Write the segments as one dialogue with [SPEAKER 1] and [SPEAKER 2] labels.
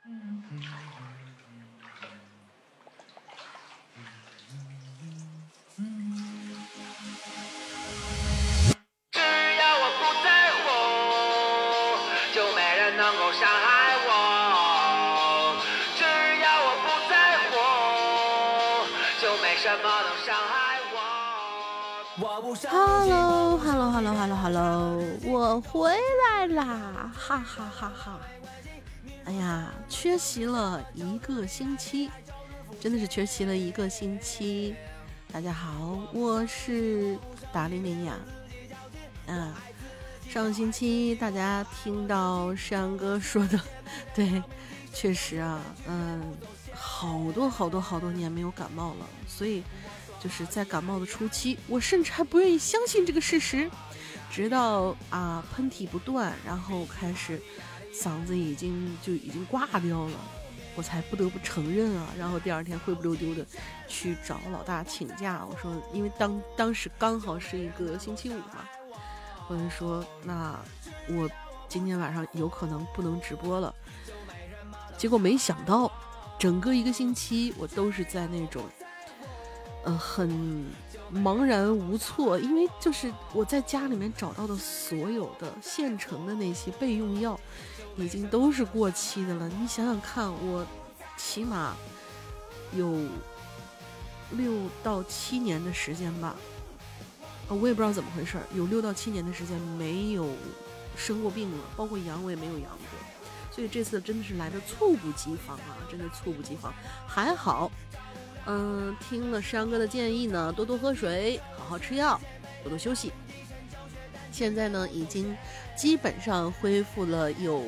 [SPEAKER 1] 只要我不在乎，就没人能够伤害我。只要我不在乎，就没什么能伤害我。我不相信。
[SPEAKER 2] Hello， 我回来啦，哈哈哈哈！哎呀，缺席了一个星期，真的是缺席了一个星期。大家好，我是达玲玲呀。上个星期大家听到山哥说的，对，确实啊，好多年没有感冒了，所以就是在感冒的初期，我甚至还不愿意相信这个事实，直到喷嚏不断，然后开始嗓子已经挂掉了，我才不得不承认啊。然后第二天灰不溜丢的去找老大请假，我说因为当时刚好是一个星期五嘛，我就说那我今天晚上有可能不能直播了。结果没想到整个一个星期我都是在那种很茫然无措，因为就是我在家里面找到的所有的现成的那些备用药已经都是过期的了。你想想看，我起码有6到7年的时间吧，我也不知道怎么回事，有6到7年的时间没有生过病了，包括阳我也没有阳过，所以这次真的是来的猝不及防啊，真的猝不及防。还好听了山哥的建议呢，多多喝水，好好吃药，多多休息。现在呢已经基本上恢复了有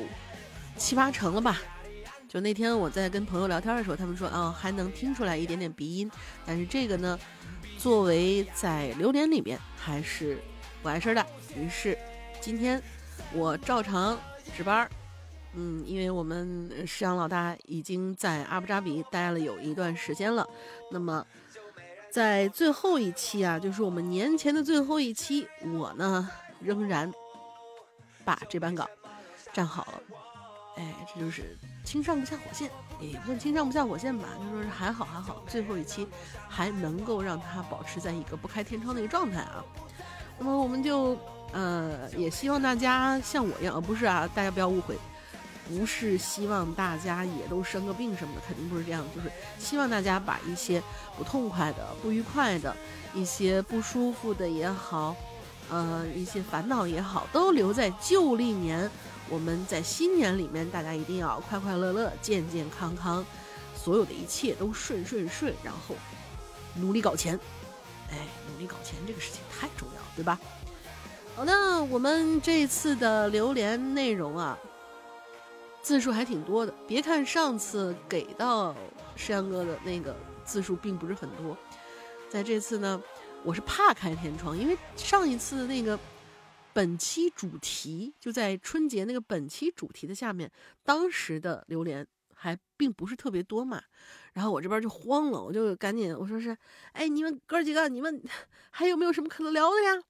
[SPEAKER 2] 7、8成了吧。就那天我在跟朋友聊天的时候，他们说还能听出来一点点鼻音，但是这个呢作为在榴莲里面还是不碍事的。于是今天我照常值班，因为我们石阳老大已经在阿布扎比待了有一段时间了，那么在最后一期啊，就是我们年前的最后一期，我呢仍然把这版稿站好了。这就是轻上不下火线，也不算轻上不下火线吧，就说是还好，最后一期还能够让它保持在一个不开天窗的一个状态啊。那么我们就也希望大家像我一样，不是啊，大家不要误会，不是希望大家也都生个病什么的，肯定不是这样，就是希望大家把一些不痛快的、不愉快的、一些不舒服的也好，一些烦恼也好，都留在旧历年。我们在新年里面，大家一定要快快乐乐、健健康康，所有的一切都顺，然后努力搞钱。努力搞钱这个事情太重要，对吧？好，那我们这次的榴莲内容啊，字数还挺多的。别看上次给到山哥的那个字数并不是很多，在这次呢，我是怕开天窗，因为上一次那个本期主题就在春节那个本期主题的下面，当时的榴莲还并不是特别多嘛，然后我这边就慌了，我就赶紧我说是，你们哥几个，你们还有没有什么可能聊的呀？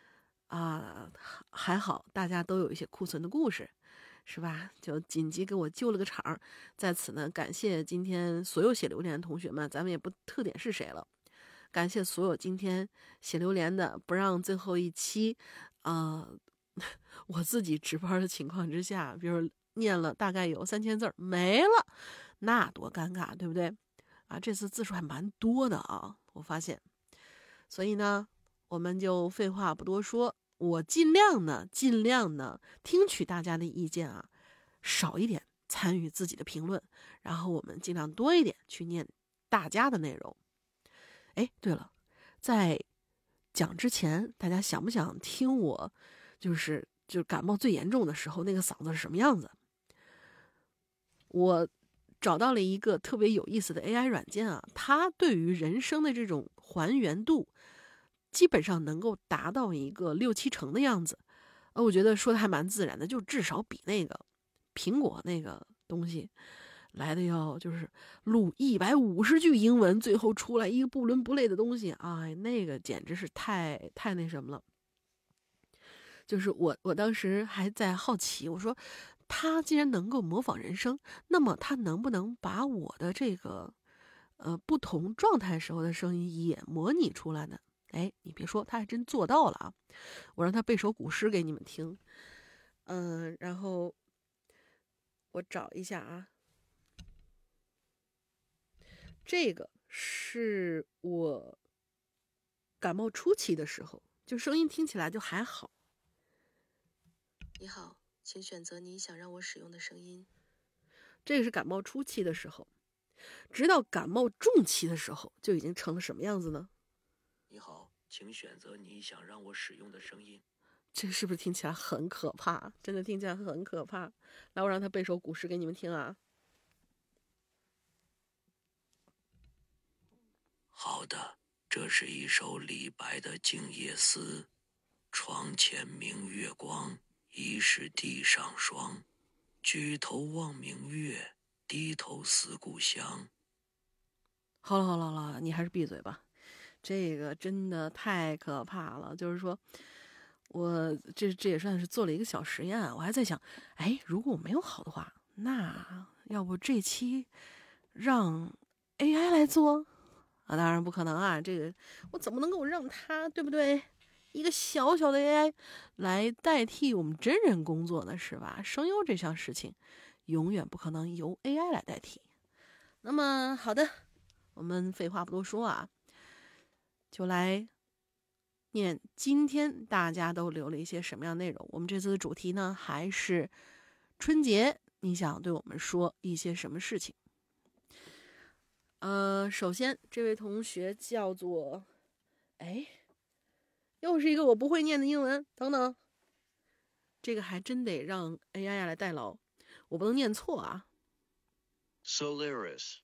[SPEAKER 2] 还好大家都有一些库存的故事，是吧？就紧急给我救了个场，在此呢，感谢今天所有写榴莲的同学们，咱们也不特点是谁了，感谢所有今天写榴莲的，不让最后一期我自己值班的情况之下，比如念了大概有3000字没了，那多尴尬，对不对？这次字数还蛮多的啊，我发现。所以呢，我们就废话不多说，我尽量呢听取大家的意见啊，少一点参与自己的评论，然后我们尽量多一点去念大家的内容。对了，在讲之前，大家想不想听我就是感冒最严重的时候那个嗓子是什么样子？我找到了一个特别有意思的 AI 软件啊，它对于人声的这种还原度基本上能够达到一个6、7成的样子。我觉得说的还蛮自然的，就至少比那个苹果那个东西来的要就是录150句英文，最后出来一个不伦不类的东西，那个简直是太那什么了。就是我当时还在好奇，我说它既然能够模仿人声，那么它能不能把我的这个不同状态时候的声音也模拟出来呢？哎，你别说，他还真做到了啊！我让他背首古诗给你们听，然后我找一下啊，这个是我感冒初期的时候，就声音听起来就还好。你好，请选择你想让我使用的声音。这个是感冒初期的时候，直到感冒重期的时候，就已经成了什么样子呢？
[SPEAKER 3] 你好，请选择你想让我使用的声音。
[SPEAKER 2] 这个是不是听起来很可怕？真的听起来很可怕。来，我让他背首古诗给你们听啊。
[SPEAKER 3] 好的，这是一首李白的《静夜思》。床前明月光，疑是地上霜。举头望明月，低头思故乡。
[SPEAKER 2] 好了，你还是闭嘴吧。这个真的太可怕了。就是说，我这也算是做了一个小实验。我还在想，哎，如果我没有好的话，那要不这期让 AI 来做？啊，当然不可能啊！这个我怎么能够让它，对不对？一个小小的 AI 来代替我们真人工作呢，是吧？声优这项事情永远不可能由 AI 来代替。那么好的，我们废话不多说啊，就来念今天大家都留了一些什么样的内容。我们这次的主题呢，还是春节，你想对我们说一些什么事情？首先这位同学叫做，又是一个我不会念的英文，等等，这个还真得让 AI 来代劳，我不能念错啊。
[SPEAKER 3] Solaris，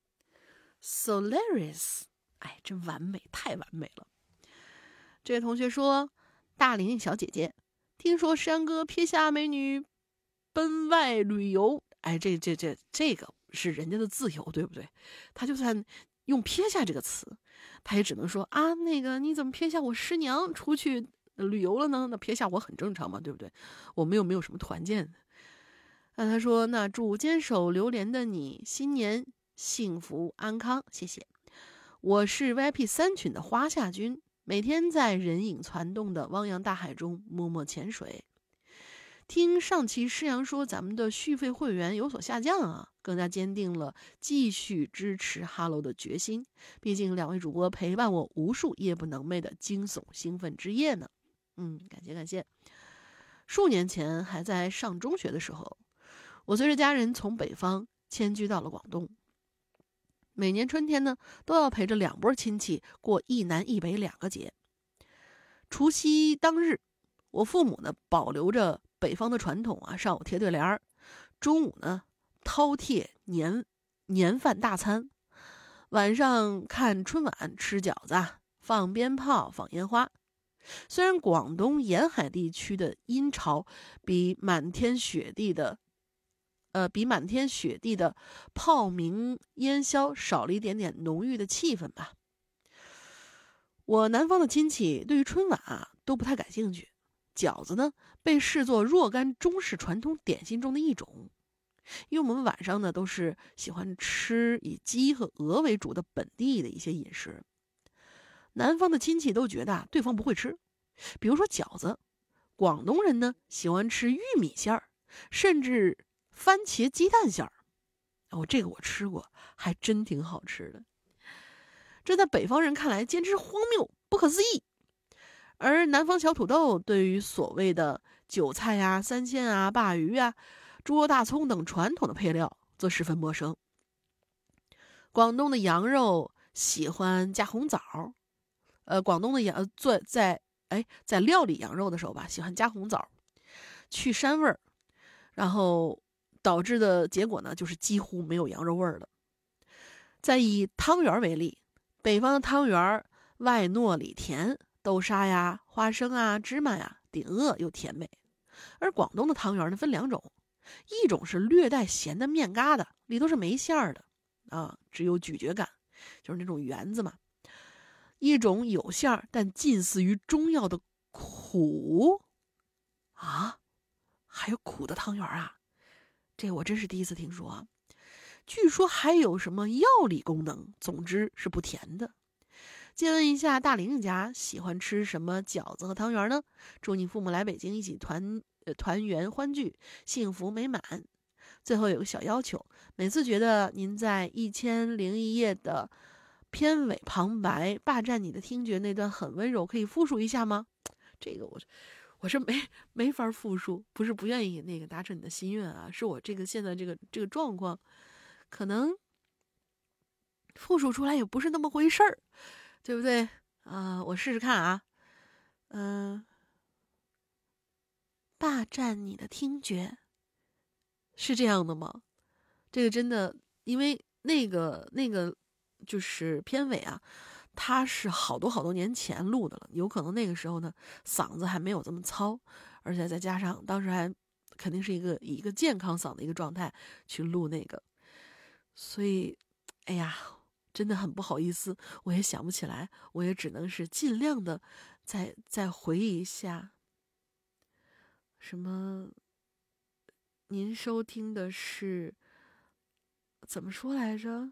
[SPEAKER 2] 哎，真完美，太完美了。这位同学说，大玲玲小姐姐，听说山哥撇下美女奔外旅游，哎，这个是人家的自由，对不对？他就算用撇下这个词，他也只能说啊，那个你怎么撇下我师娘出去旅游了呢？那撇下我很正常嘛，对不对？我们又没有什么团建。那他说，那祝坚守榴莲的你新年幸福安康，谢谢。我是 VIP3群的花下君，每天在人影攒动的汪洋大海中默默潜水。听上期师阳说咱们的续费会员有所下降啊，更加坚定了继续支持哈喽的决心。毕竟两位主播陪伴我无数夜不能寐的惊悚兴奋之夜呢。感谢。数年前还在上中学的时候，我随着家人从北方迁居到了广东。每年春天呢，都要陪着两拨亲戚过一南一北两个节。除夕当日，我父母呢保留着北方的传统啊，上午贴对联儿，中午呢饕餮年饭大餐，晚上看春晚吃饺子，放鞭炮放烟花。虽然广东沿海地区的阴潮比满天雪地的炮鸣烟消少了一点点浓郁的气氛吧。我南方的亲戚对于春晚啊都不太感兴趣，饺子呢被视作若干中式传统点心中的一种，因为我们晚上呢都是喜欢吃以鸡和鹅为主的本地的一些饮食。南方的亲戚都觉得对方不会吃，比如说饺子，广东人呢喜欢吃玉米馅儿，甚至番茄鸡蛋馅儿。这个我吃过，还真挺好吃的。这在北方人看来简直荒谬不可思议，而南方小土豆对于所谓的韭菜啊、三鲜啊、鲅鱼啊、猪肉大葱等传统的配料则十分陌生。广东的羊肉喜欢加红枣，广东的羊在料理羊肉的时候吧，喜欢加红枣，去膻味儿，然后导致的结果呢，就是几乎没有羊肉味儿了。再以汤圆为例，北方的汤圆外糯里甜，豆沙呀、花生啊、芝麻呀，顶饿又甜美。而广东的汤圆呢，分两种，一种是略带咸的面疙瘩，里头是没馅儿的啊，只有咀嚼感，就是那种圆子嘛。一种有馅儿但近似于中药的苦啊，还有苦的汤圆啊！ 这我真是第一次听说啊。据说还有什么药理功能，总之是不甜的。借问一下大玲家喜欢吃什么饺子和汤圆呢？祝你父母来北京一起团圆欢聚，幸福美满。最后有个小要求，每次觉得您在1001夜的片尾旁白霸占你的听觉那段很温柔，可以复述一下吗？这个我是没法复述，不是不愿意那个达成你的心愿啊，是我这个现在这个状况，可能复述出来也不是那么回事儿，对不对啊？我试试看啊，霸占你的听觉，是这样的吗？这个真的，因为那个就是片尾啊，它是好多年前录的了，有可能那个时候呢嗓子还没有这么糙，而且再加上当时还肯定是以一个健康嗓的一个状态去录那个，所以哎呀，真的很不好意思，我也想不起来，我也只能是尽量的再回忆一下。什么？您收听的是怎么说来着？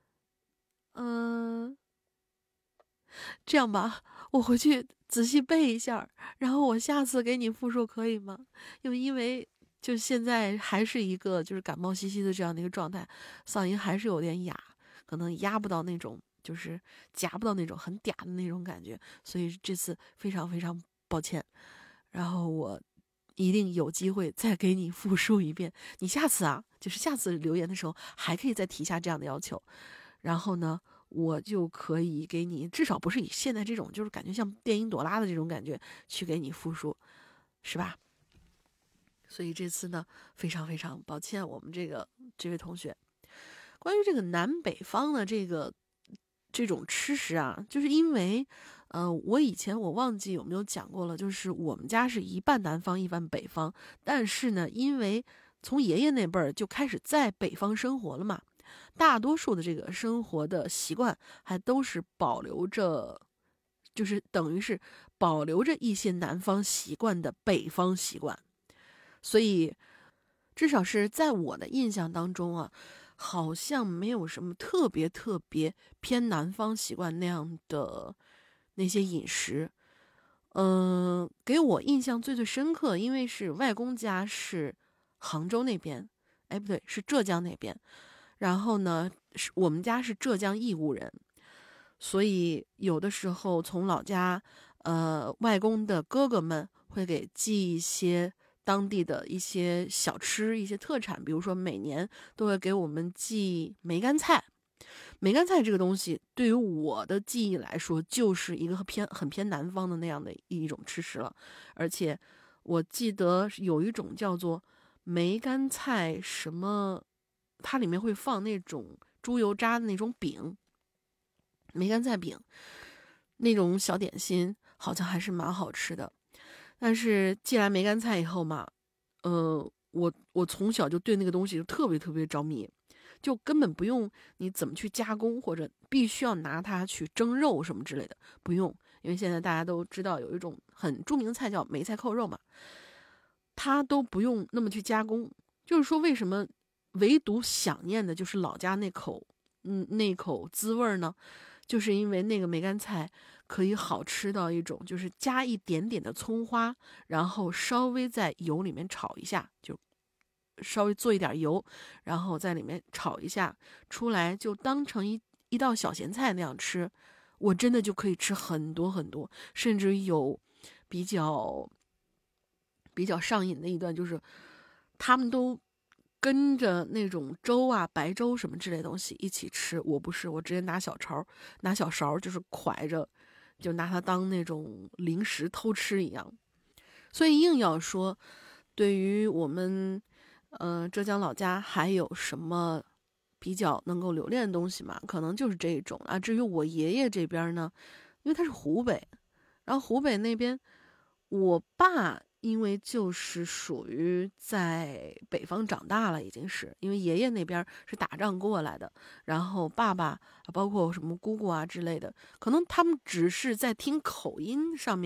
[SPEAKER 2] 这样吧，我回去仔细背一下，然后我下次给你复述，可以吗？因为就现在还是一个就是感冒兮兮的这样的一个状态，嗓音还是有点哑，可能压不到那种，就是夹不到那种很嗲的那种感觉，所以这次非常非常抱歉。然后我一定有机会再给你复述一遍。你下次啊，就是下次留言的时候，还可以再提一下这样的要求。然后呢，我就可以给你，至少不是以现在这种就是感觉像电音朵拉的这种感觉去给你复述，是吧？所以这次呢，非常非常抱歉，我们这位同学，关于这个南北方的这种吃食啊，就是因为，我以前我忘记有没有讲过了，就是我们家是一半南方一半北方，但是呢，因为从爷爷那辈儿就开始在北方生活了嘛，大多数的这个生活的习惯还都是保留着，就是等于是保留着一些南方习惯的北方习惯，所以至少是在我的印象当中啊，好像没有什么特别偏南方习惯那样的那些饮食。给我印象最深刻，因为是外公家是杭州那边，哎不对，是浙江那边。然后呢，我们家是浙江义乌人，所以有的时候从老家，外公的哥哥们会给寄一些当地的一些小吃、一些特产，比如说每年都会给我们寄梅干菜。梅干菜这个东西，对于我的记忆来说，就是一个很偏南方的那样的一种吃食了。而且我记得有一种叫做梅干菜什么，它里面会放那种猪油渣的那种饼，梅干菜饼那种小点心，好像还是蛮好吃的。但是既然梅干菜以后嘛，我从小就对那个东西就特别着迷，就根本不用你怎么去加工，或者必须要拿它去蒸肉什么之类的，不用，因为现在大家都知道有一种很著名的菜叫梅菜扣肉嘛，它都不用那么去加工。就是说为什么唯独想念的就是老家那口滋味呢？就是因为那个梅干菜可以好吃到一种，就是加一点点的葱花，然后稍微在油里面炒一下，就稍微做一点油，然后在里面炒一下，出来就当成一道小咸菜那样吃。我真的就可以吃很多，甚至有比较上瘾的一段，就是他们都跟着那种粥啊、白粥什么之类的东西一起吃。我不是，我直接拿小勺，就是蒯着，就拿它当那种零食偷吃一样。所以硬要说，对于我们浙江老家还有什么比较能够留恋的东西嘛？可能就是这种啊。至于我爷爷这边呢，因为他是湖北，然后湖北那边，我爸因为就是属于在北方长大了，已经是因为爷爷那边是打仗过来的，然后爸爸包括什么姑姑啊之类的，可能他们只是在听口音上面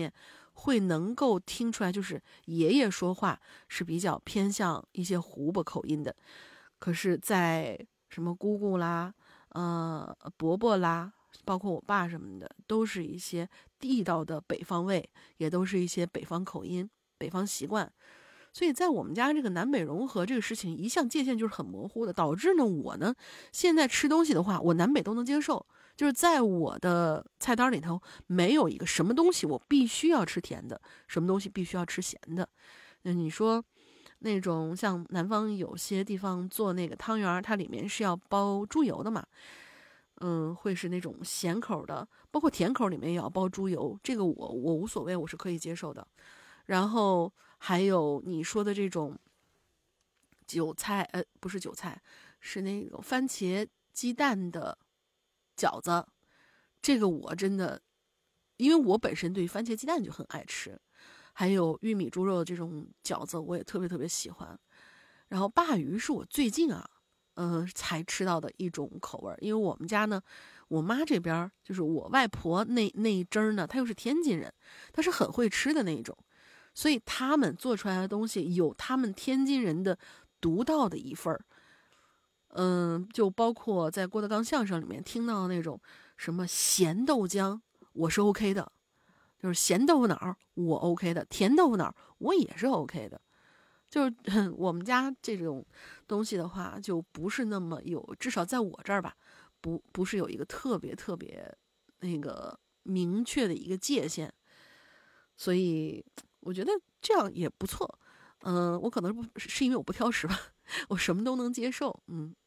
[SPEAKER 2] 会能够听出来，就是爷爷说话是比较偏向一些湖北口音的。可是在什么姑姑啦、伯伯啦，包括我爸什么的，都是一些地道的北方味，也都是一些北方口音、北方习惯。所以在我们家这个南北融合这个事情，一向界限就是很模糊的，导致呢我呢现在吃东西的话，我南北都能接受。就是在我的菜单里头，没有一个什么东西我必须要吃甜的，什么东西必须要吃咸的。那你说那种像南方有些地方做那个汤圆，它里面是要包猪油的嘛，会是那种咸口的，包括甜口里面也要包猪油，这个我无所谓，我是可以接受的。然后还有你说的这种韭菜，不是韭菜，是那种番茄鸡蛋的饺子，这个我真的，因为我本身对番茄鸡蛋就很爱吃，还有玉米猪肉的这种饺子我也特别特别喜欢。然后鲅鱼是我最近才吃到的一种口味，因为我们家呢，我妈这边就是我外婆那一支儿呢，她又是天津人，她是很会吃的那一种，所以他们做出来的东西有他们天津人的独到的一份儿。就包括在郭德纲相声里面听到的那种什么咸豆浆，我是 OK 的，就是咸豆腐脑我 OK 的，甜豆腐脑我也是 OK 的。就是我们家这种东西的话，就不是那么有，至少在我这儿吧，不是有一个特别特别那个明确的一个界限，所以我觉得这样也不错。我可能是因为我不挑食吧，我什么都能接受。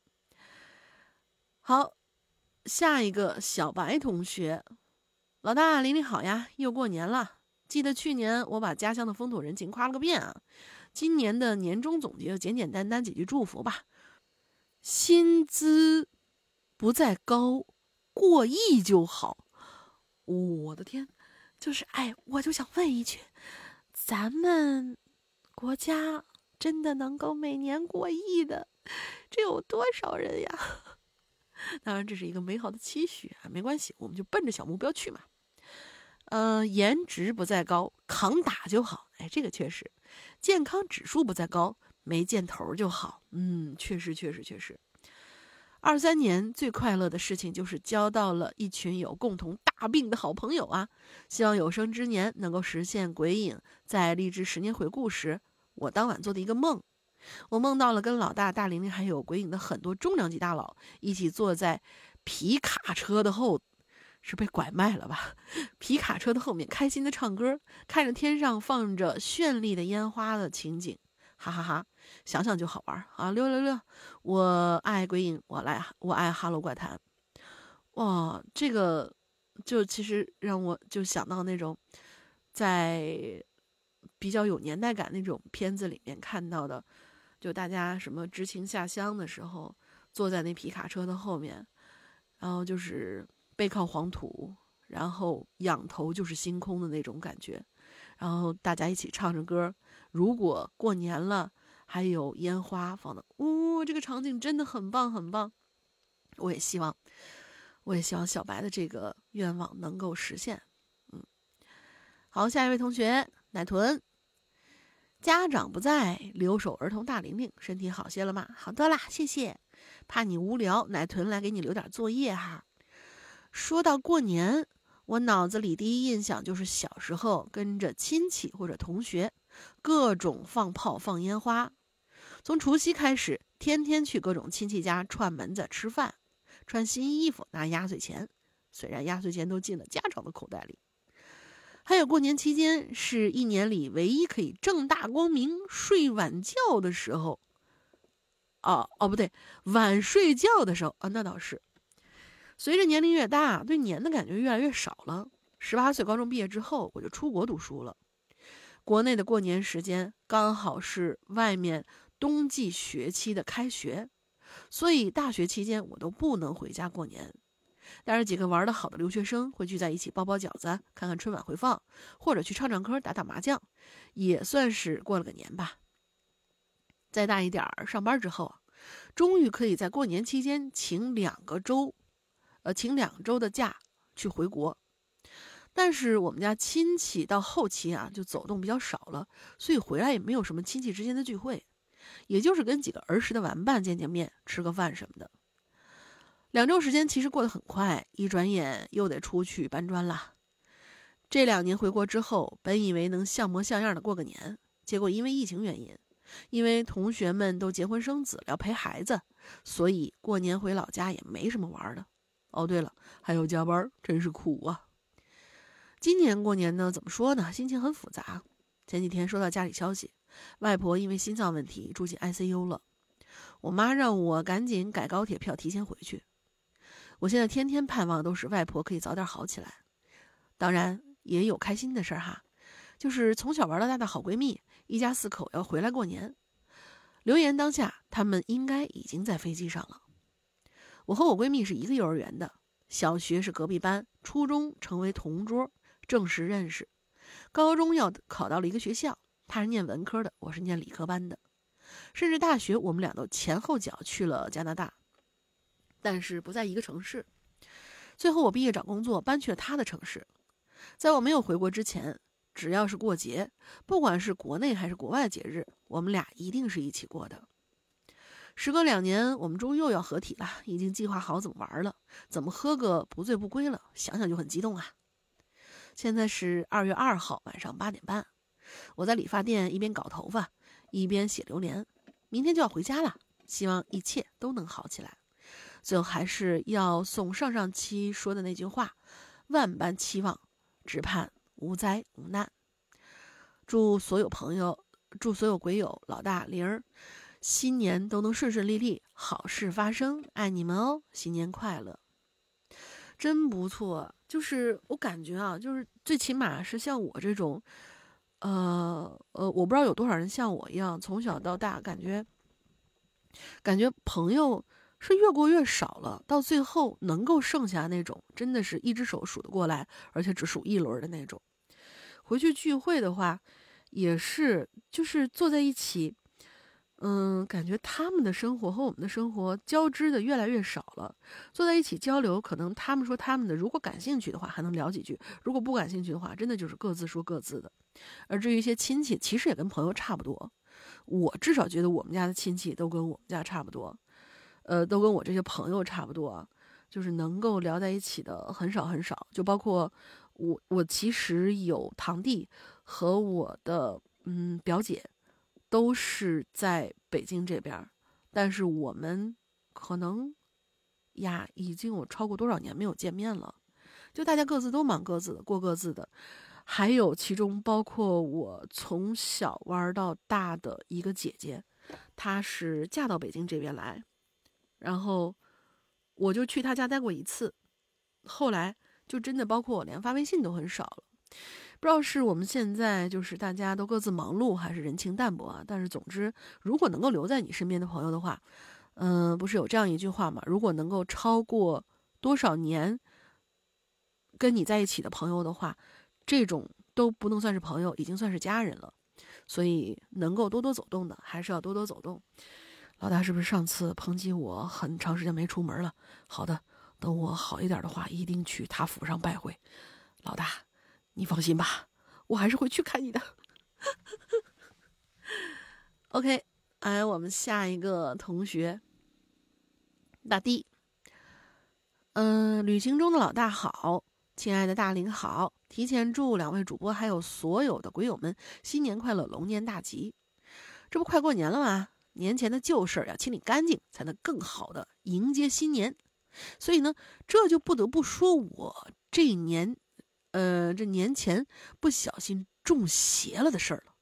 [SPEAKER 2] 好，下一个小白同学，老大琳琳好呀，又过年了。记得去年我把家乡的风土人情夸了个遍啊，今年的年终总结就简简单单几句祝福吧。薪资不再高，过亿就好。我的天，就是我就想问一句，咱们国家真的能够每年过亿的，这有多少人呀？当然这是一个美好的期许啊，没关系，我们就奔着小目标去嘛。颜值不再高，扛打就好。这个确实。健康指数不再高，没箭头就好。确实。23年最快乐的事情就是交到了一群有共同大病的好朋友啊！希望有生之年能够实现鬼影在励志10年回顾时，我当晚做的一个梦。我梦到了跟老大、大玲玲还有鬼影的很多重量级大佬一起坐在皮卡车的后，是被拐卖了吧？皮卡车的后面开心的唱歌，看着天上放着绚丽的烟花的情景，哈哈哈！想想就好玩啊！666，我爱鬼影，我爱哈喽怪谈。哇，这个就其实让我就想到那种在比较有年代感那种片子里面看到的，就大家什么知青下乡的时候，坐在那皮卡车的后面，然后就是背靠黄土，然后仰头就是星空的那种感觉，然后大家一起唱着歌。如果过年了，还有烟花放的，这个场景真的很棒很棒。我也希望小白的这个愿望能够实现。好，下一位同学奶屯，家长不在，留守儿童大玲玲，身体好些了吗？好多啦，谢谢。怕你无聊，奶屯来给你留点作业哈。说到过年，我脑子里第一印象就是小时候跟着亲戚或者同学各种放炮放烟花，从除夕开始天天去各种亲戚家串门子吃饭，穿新衣服拿压岁钱，虽然压岁钱都进了家长的口袋里。还有过年期间是一年里唯一可以正大光明睡晚觉的时候，不对，晚睡觉的时候那倒是。随着年龄越大，对年的感觉越来越少了。18岁高中毕业之后，我就出国读书了。国内的过年时间刚好是外面冬季学期的开学，所以大学期间我都不能回家过年。但是几个玩得好的留学生会聚在一起包包饺子，看看春晚回放，或者去唱唱歌打打麻将，也算是过了个年吧。再大一点上班之后，终于可以在过年期间请2周的假去回国。 但是我们家亲戚到后期啊就走动比较少了，所以回来也没有什么亲戚之间的聚会，也就是跟几个儿时的玩伴见见面，吃个饭什么的。2周时间其实过得很快，一转眼又得出去搬砖啦。这2年回国之后，本以为能像模像样的过个年，结果因为疫情原因，因为同学们都结婚生子了要陪孩子，所以过年回老家也没什么玩的。哦，对了，还有加班，真是苦啊。今年过年呢，怎么说呢？心情很复杂。前几天收到家里消息，外婆因为心脏问题住进 ICU 了。我妈让我赶紧改高铁票，提前回去。我现在天天盼望都是外婆可以早点好起来。当然也有开心的事儿哈，就是从小玩到大的好闺蜜，一家4口要回来过年。留言当下，她们应该已经在飞机上了。我和我闺蜜是一个幼儿园的，小学是隔壁班，初中成为同桌，正式认识。高中要考到了一个学校，她是念文科的，我是念理科班的。甚至大学我们俩都前后脚去了加拿大，但是不在一个城市。最后我毕业找工作，搬去了她的城市。在我没有回国之前，只要是过节，不管是国内还是国外节日，我们俩一定是一起过的。时隔2年，我们终于又要合体了，已经计划好怎么玩了，怎么喝个不醉不归了，想想就很激动啊。现在是2月2号晚上8点半，我在理发店一边搞头发一边写留言，明天就要回家了，希望一切都能好起来。最后还是要送上期说的那句话，万般期望，只盼无灾无难。祝所有鬼友老大玲儿新年都能顺顺利利，好事发生，爱你们哦，新年快乐。真不错，就是我感觉啊，就是最起码是像我这种我不知道有多少人像我一样从小到大感觉朋友是越过越少了，到最后能够剩下那种真的是一只手数得过来，而且只数一轮的那种。回去聚会的话也是就是坐在一起，感觉他们的生活和我们的生活交织的越来越少了。坐在一起交流，可能他们说他们的，如果感兴趣的话还能聊几句，如果不感兴趣的话，真的就是各自说各自的。而至于一些亲戚，其实也跟朋友差不多。我至少觉得我们家的亲戚都跟我们家差不多，都跟我这些朋友差不多，就是能够聊在一起的很少很少。就包括我其实有堂弟和我的表姐都是在北京这边，但是我们可能已经有超过多少年没有见面了，就大家各自都忙各自的，过各自的。还有其中包括我从小玩到大的一个姐姐，她是嫁到北京这边来，然后我就去她家待过1次，后来就真的包括我连发微信都很少了。不知道是我们现在就是大家都各自忙碌，还是人情淡薄啊？但是总之，如果能够留在你身边的朋友的话，不是有这样一句话吗？如果能够超过多少年跟你在一起的朋友的话，这种都不能算是朋友，已经算是家人了。所以能够多多走动的，还是要多多走动。老大是不是上次抨击我很长时间没出门了？好的，等我好一点的话，一定去他府上拜会。老大，你放心吧，我还是会去看你的。OK， 我们下一个同学，大D。旅行中的老大好，亲爱的大玲好，提前祝2位主播还有所有的鬼友们新年快乐，龙年大吉。这不快过年了吗？年前的旧事要清理干净，才能更好的迎接新年。所以呢，这就不得不说我这年前不小心中邪了的事儿了。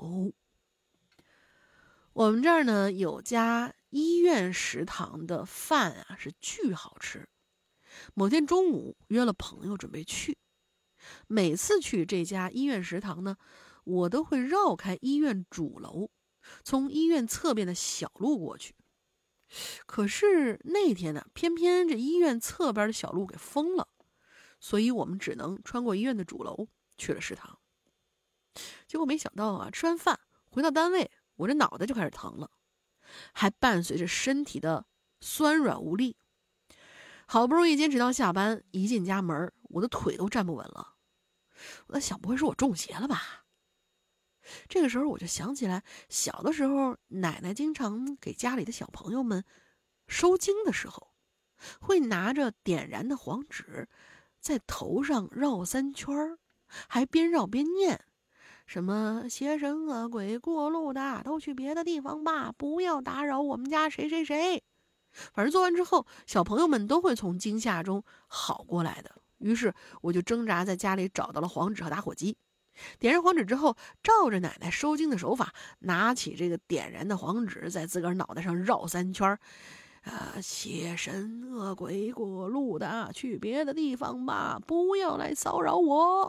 [SPEAKER 2] 我们这儿呢有家医院食堂的饭啊是巨好吃。某天中午约了朋友准备去，每次去这家医院食堂呢，我都会绕开医院主楼，从医院侧边的小路过去。可是那天呢，偏偏这医院侧边的小路给封了，所以我们只能穿过医院的主楼去了食堂。结果没想到啊，吃完饭回到单位，我这脑袋就开始疼了，还伴随着身体的酸软无力。好不容易坚持到下班，一进家门，我的腿都站不稳了。 我在想，不会是我中邪了吧？这个时候我就想起来，小的时候奶奶经常给家里的小朋友们收惊的时候，会拿着点燃的黄纸在头上绕3圈，还边绕边念什么邪神恶鬼过路的都去别的地方吧，不要打扰我们家谁谁谁。反正做完之后，小朋友们都会从惊吓中好过来的。于是我就挣扎在家里找到了黄纸和打火机，点燃黄纸之后，照着奶奶收惊的手法，拿起这个点燃的黄纸，在自个儿脑袋上绕3圈。邪神恶鬼过路的去别的地方吧，不要来骚扰我。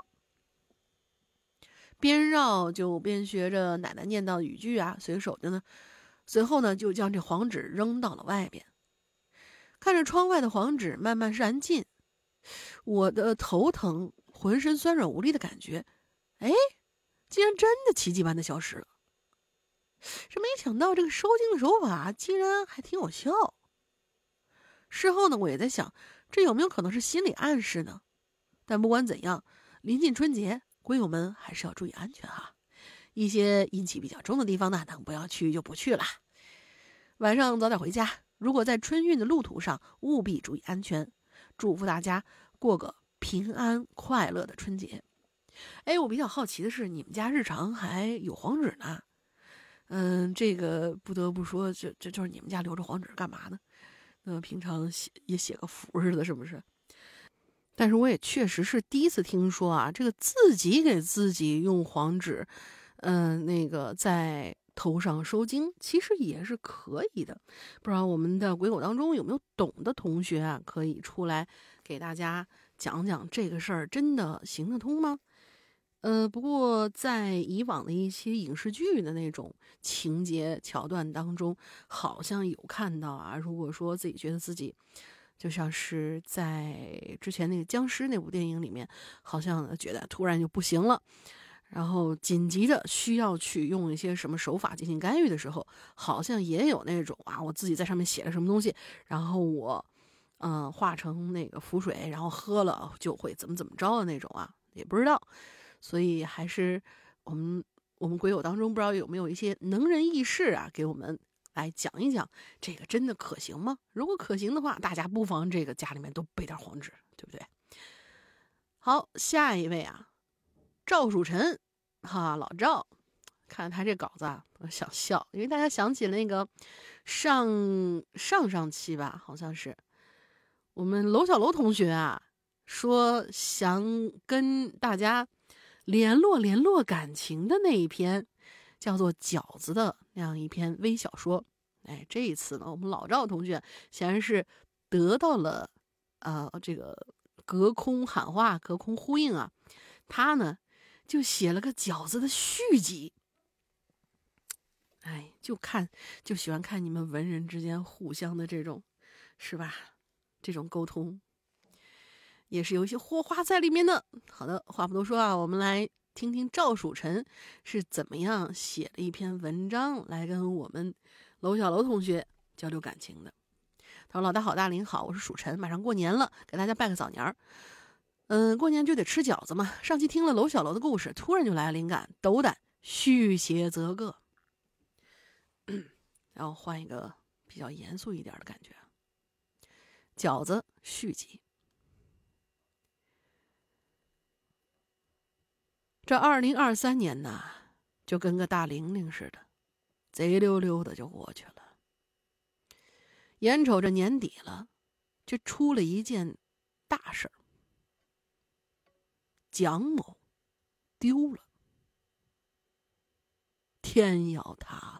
[SPEAKER 2] 边绕就边学着奶奶念叨语句啊，随后呢就将这黄纸扔到了外边。看着窗外的黄纸慢慢燃尽，我的头疼、浑身酸软无力的感觉，竟然真的奇迹般的消失了。这没想到这个收惊的手法竟然还挺有效。事后呢，我也在想，这有没有可能是心理暗示呢？但不管怎样，临近春节，龟友们还是要注意安全哈。一些阴气比较重的地方呢，能不要去就不去了。晚上早点回家，如果在春运的路途上，务必注意安全。祝福大家过个平安快乐的春节。我比较好奇的是，你们家日常还有黄纸呢？这个不得不说，这就是你们家留着黄纸干嘛呢？平常写个符似的，是不是？但是我也确实是第一次听说啊，这个自己给自己用黄纸，在头上收惊，其实也是可以的。不知道我们的鬼友当中有没有懂的同学啊，可以出来给大家讲讲这个事儿，真的行得通吗？不过在以往的一些影视剧的那种情节桥段当中，好像有看到啊，如果说自己觉得自己就像是在之前那个僵尸那部电影里面，好像觉得突然就不行了，然后紧急的需要去用一些什么手法进行干预的时候，好像也有那种我自己在上面写了什么东西，然后我化成那个符水，然后喝了就会怎么着的那种啊，也不知道。所以还是我们鬼友当中，不知道有没有一些能人异士啊，给我们来讲一讲，这个真的可行吗？如果可行的话，大家不妨这个家里面都备点黄纸，对不对？好，下一位啊，赵曙臣，老赵，看他这稿子啊，我想笑，因为大家想起那个上期吧，好像是我们楼小楼同学啊，说想跟大家联络感情的那一篇，叫做《饺子》的那样一篇微小说。这一次呢，我们老赵同学显然是得到了这个隔空喊话、隔空呼应啊，他呢就写了个饺子的续集。就喜欢看你们文人之间互相的这种，是吧？这种沟通也是有一些火花在里面的。好的，话不多说啊，我们来听听赵曙臣是怎么样写了一篇文章来跟我们楼小楼同学交流感情的。他说：“老大好，大林好，我是曙臣，马上过年了，给大家拜个早年儿。过年就得吃饺子嘛。上期听了楼小楼的故事，突然就来了灵感，斗胆续写则个。然后换一个比较严肃一点的感觉。饺子续集。这2023年呢，就跟个大玲玲似的，贼溜溜的就过去了。眼瞅着年底了，却出了一件大事儿。蒋某丢了，天要塌了。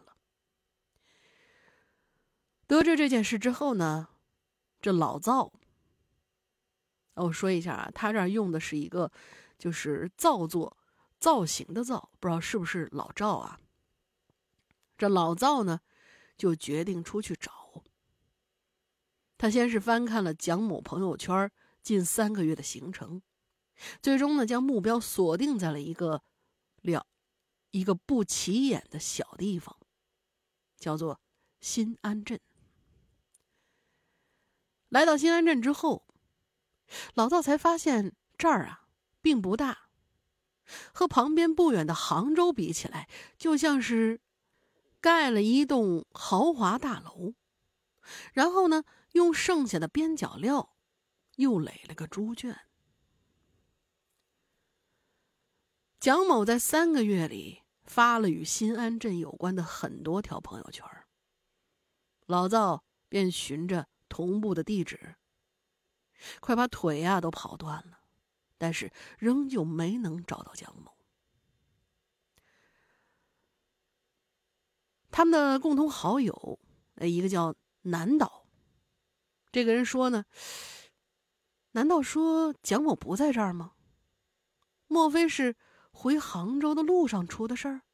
[SPEAKER 2] 得知这件事之后呢，这老赵，我说一下啊，他这儿用的是一个就是造型的造，不知道是不是老赵啊。这老赵呢，就决定出去找。他先是翻看了蒋某朋友圈近3个月的行程，最终呢，将目标锁定在了一个不起眼的小地方，叫做新安镇。来到新安镇之后，老赵才发现这儿啊并不大， 和旁边不远的杭州比起来，就像是盖了一栋豪华大楼，然后呢，用剩下的边角料又垒了个猪圈。蒋某在3个月里发了与新安镇有关的很多条朋友圈，老赵便循着同步的地址，快把腿都跑断了，但是仍旧没能找到蒋某。他们的共同好友，一个叫南岛，这个人说呢，难道说蒋某不在这儿吗？莫非是回杭州的路上出的事儿？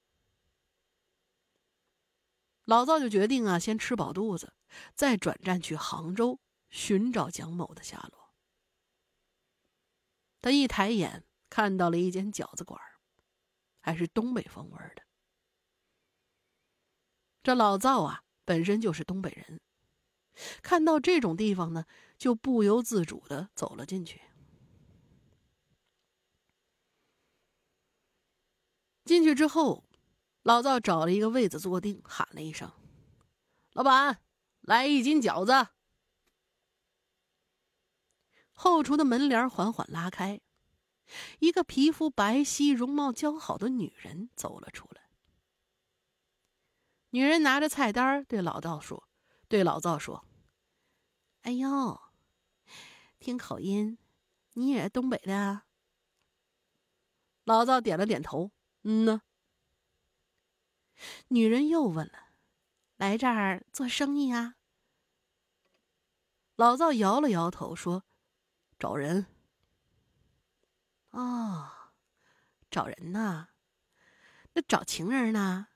[SPEAKER 2] 老赵就决定先吃饱肚子，再转战去杭州寻找蒋某的下落。他一抬眼看到了一间饺子馆，还是东北风味的。这老赵本身就是东北人，看到这种地方呢，就不由自主地走了进去。进去之后，老赵找了一个位子坐定，喊了一声：“老板，来1斤饺子。”后厨的门帘缓缓拉开，一个皮肤白皙、容貌姣好的女人走了出来。女人拿着菜单对老赵说：“哎呦，听口音，你也是东北的啊？”老赵点了点头：“嗯呢。”女人又问了：“来这儿做生意啊？”老赵摇了摇头说：“找人。”“哦，找人呐？那找情人呢？”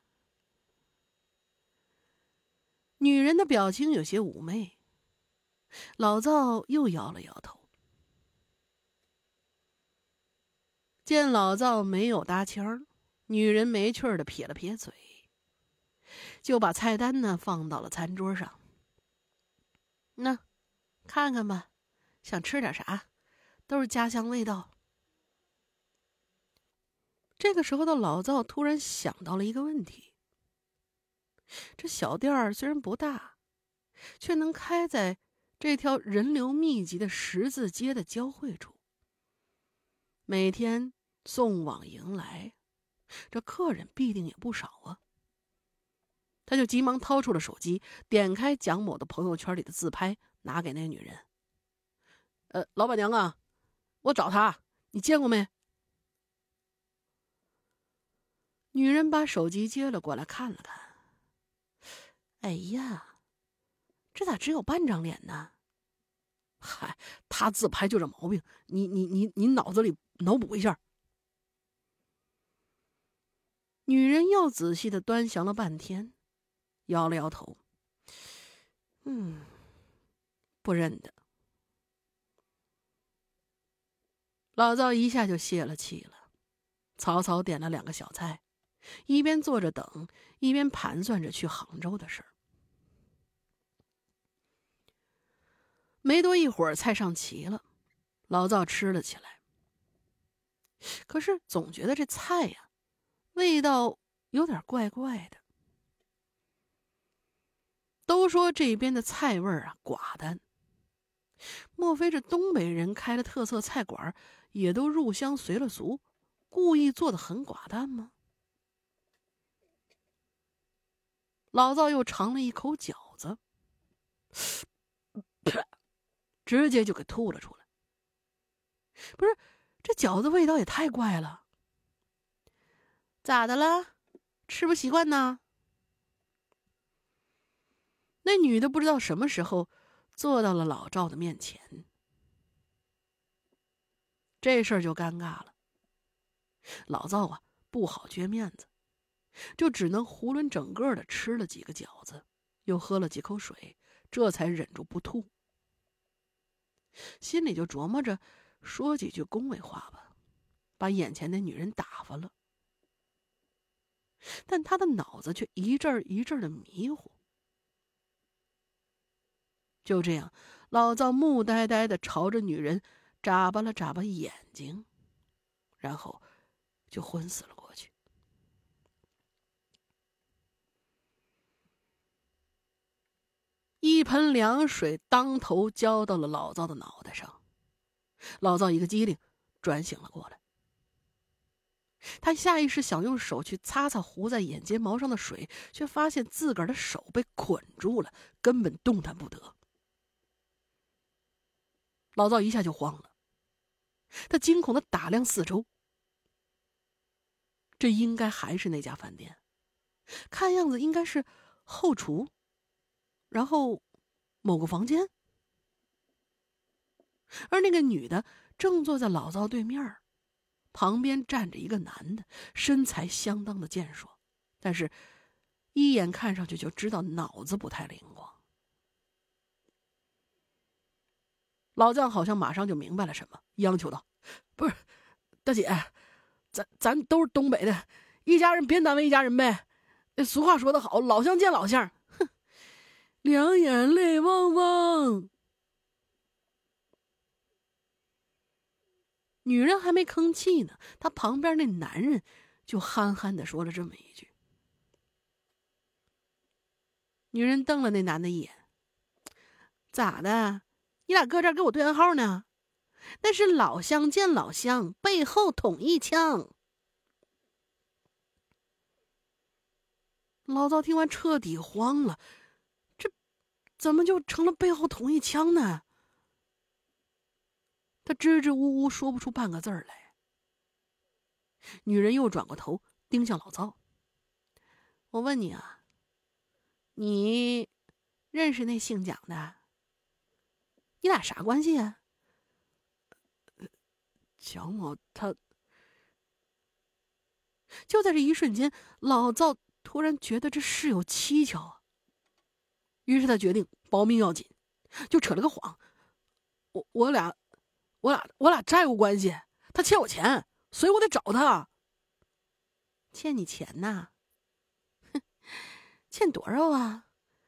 [SPEAKER 2] 女人的表情有些妩媚。老赵又摇了摇头。见老赵没有搭腔，女人没趣的撇了撇嘴，就把菜单呢放到了餐桌上。那看看吧，想吃点啥，都是家乡味道。这个时候的老赵突然想到了一个问题，这小店儿虽然不大，却能开在这条人流密集的十字街的交汇处，每天送往迎来，这客人必定也不少啊。他就急忙掏出了手机，点开蒋某的朋友圈里的自拍，拿给那女人：“老板娘啊，我找他，你见过没？”女人把手机接了过来，看了看。哎呀，这咋只有半张脸呢？嗨，他自拍就这毛病，你脑子里脑补一下。女人又仔细的端详了半天，摇了摇头：“不认得。”老赵一下就泄了气了，草草点了2个小菜，一边坐着等，一边盘算着去杭州的事儿。没多一会儿，菜上齐了，老赵吃了起来。可是总觉得这菜味道有点怪怪的。都说这边的菜味寡淡，莫非这东北人开的特色菜馆也都入乡随了俗，故意做得很寡淡吗？老赵又尝了一口饺子，直接就给吐了出来。不是，这饺子味道也太怪了。咋的了？吃不习惯呢？那女的不知道什么时候坐到了老赵的面前，这事儿就尴尬了。老赵不好撅面子，就只能囫囵整个的吃了几个饺子，又喝了几口水，这才忍住不吐。心里就琢磨着说几句恭维话吧，把眼前的女人打发了。但他的脑子却一阵一阵的迷糊。就这样，老赵木呆呆的朝着女人眨巴了眨巴眼睛，然后就昏死了过去。一盆凉水当头浇到了老赵的脑袋上，老赵一个机灵，转醒了过来。他下意识想用手去擦擦糊在眼睫毛上的水，却发现自个儿的手被捆住了，根本动弹不得。老赵一下就慌了，他惊恐地打量四周，这应该还是那家饭店，看样子应该是后厨，然后某个房间。而那个女的正坐在老赵对面，旁边站着一个男的，身材相当的健硕，但是一眼看上去就知道脑子不太灵光。老赵好像马上就明白了什么，央求道：“不是，大姐，咱都是东北的，一家人别难为一家人呗。那俗话说得好，老乡见老乡。哼，两眼泪汪汪。”女人还没吭气呢，她旁边那男人就憨憨地说了这么一句。女人瞪了那男的一眼：“咋的？你俩搁这儿给我对暗号呢？那是老乡见老乡，背后捅一枪。”老赵听完彻底慌了，这怎么就成了背后捅一枪呢？他支支吾吾说不出半个字来。女人又转过头盯向老赵：“我问你啊，你认识那姓蒋的？你俩啥关系啊？”蒋某他……就在这一瞬间，老赵突然觉得这事有蹊跷啊。于是他决定保命要紧，就扯了个谎：“我俩债务关系，他欠我钱，所以我得找他。”欠你钱呐？哼，欠多少啊？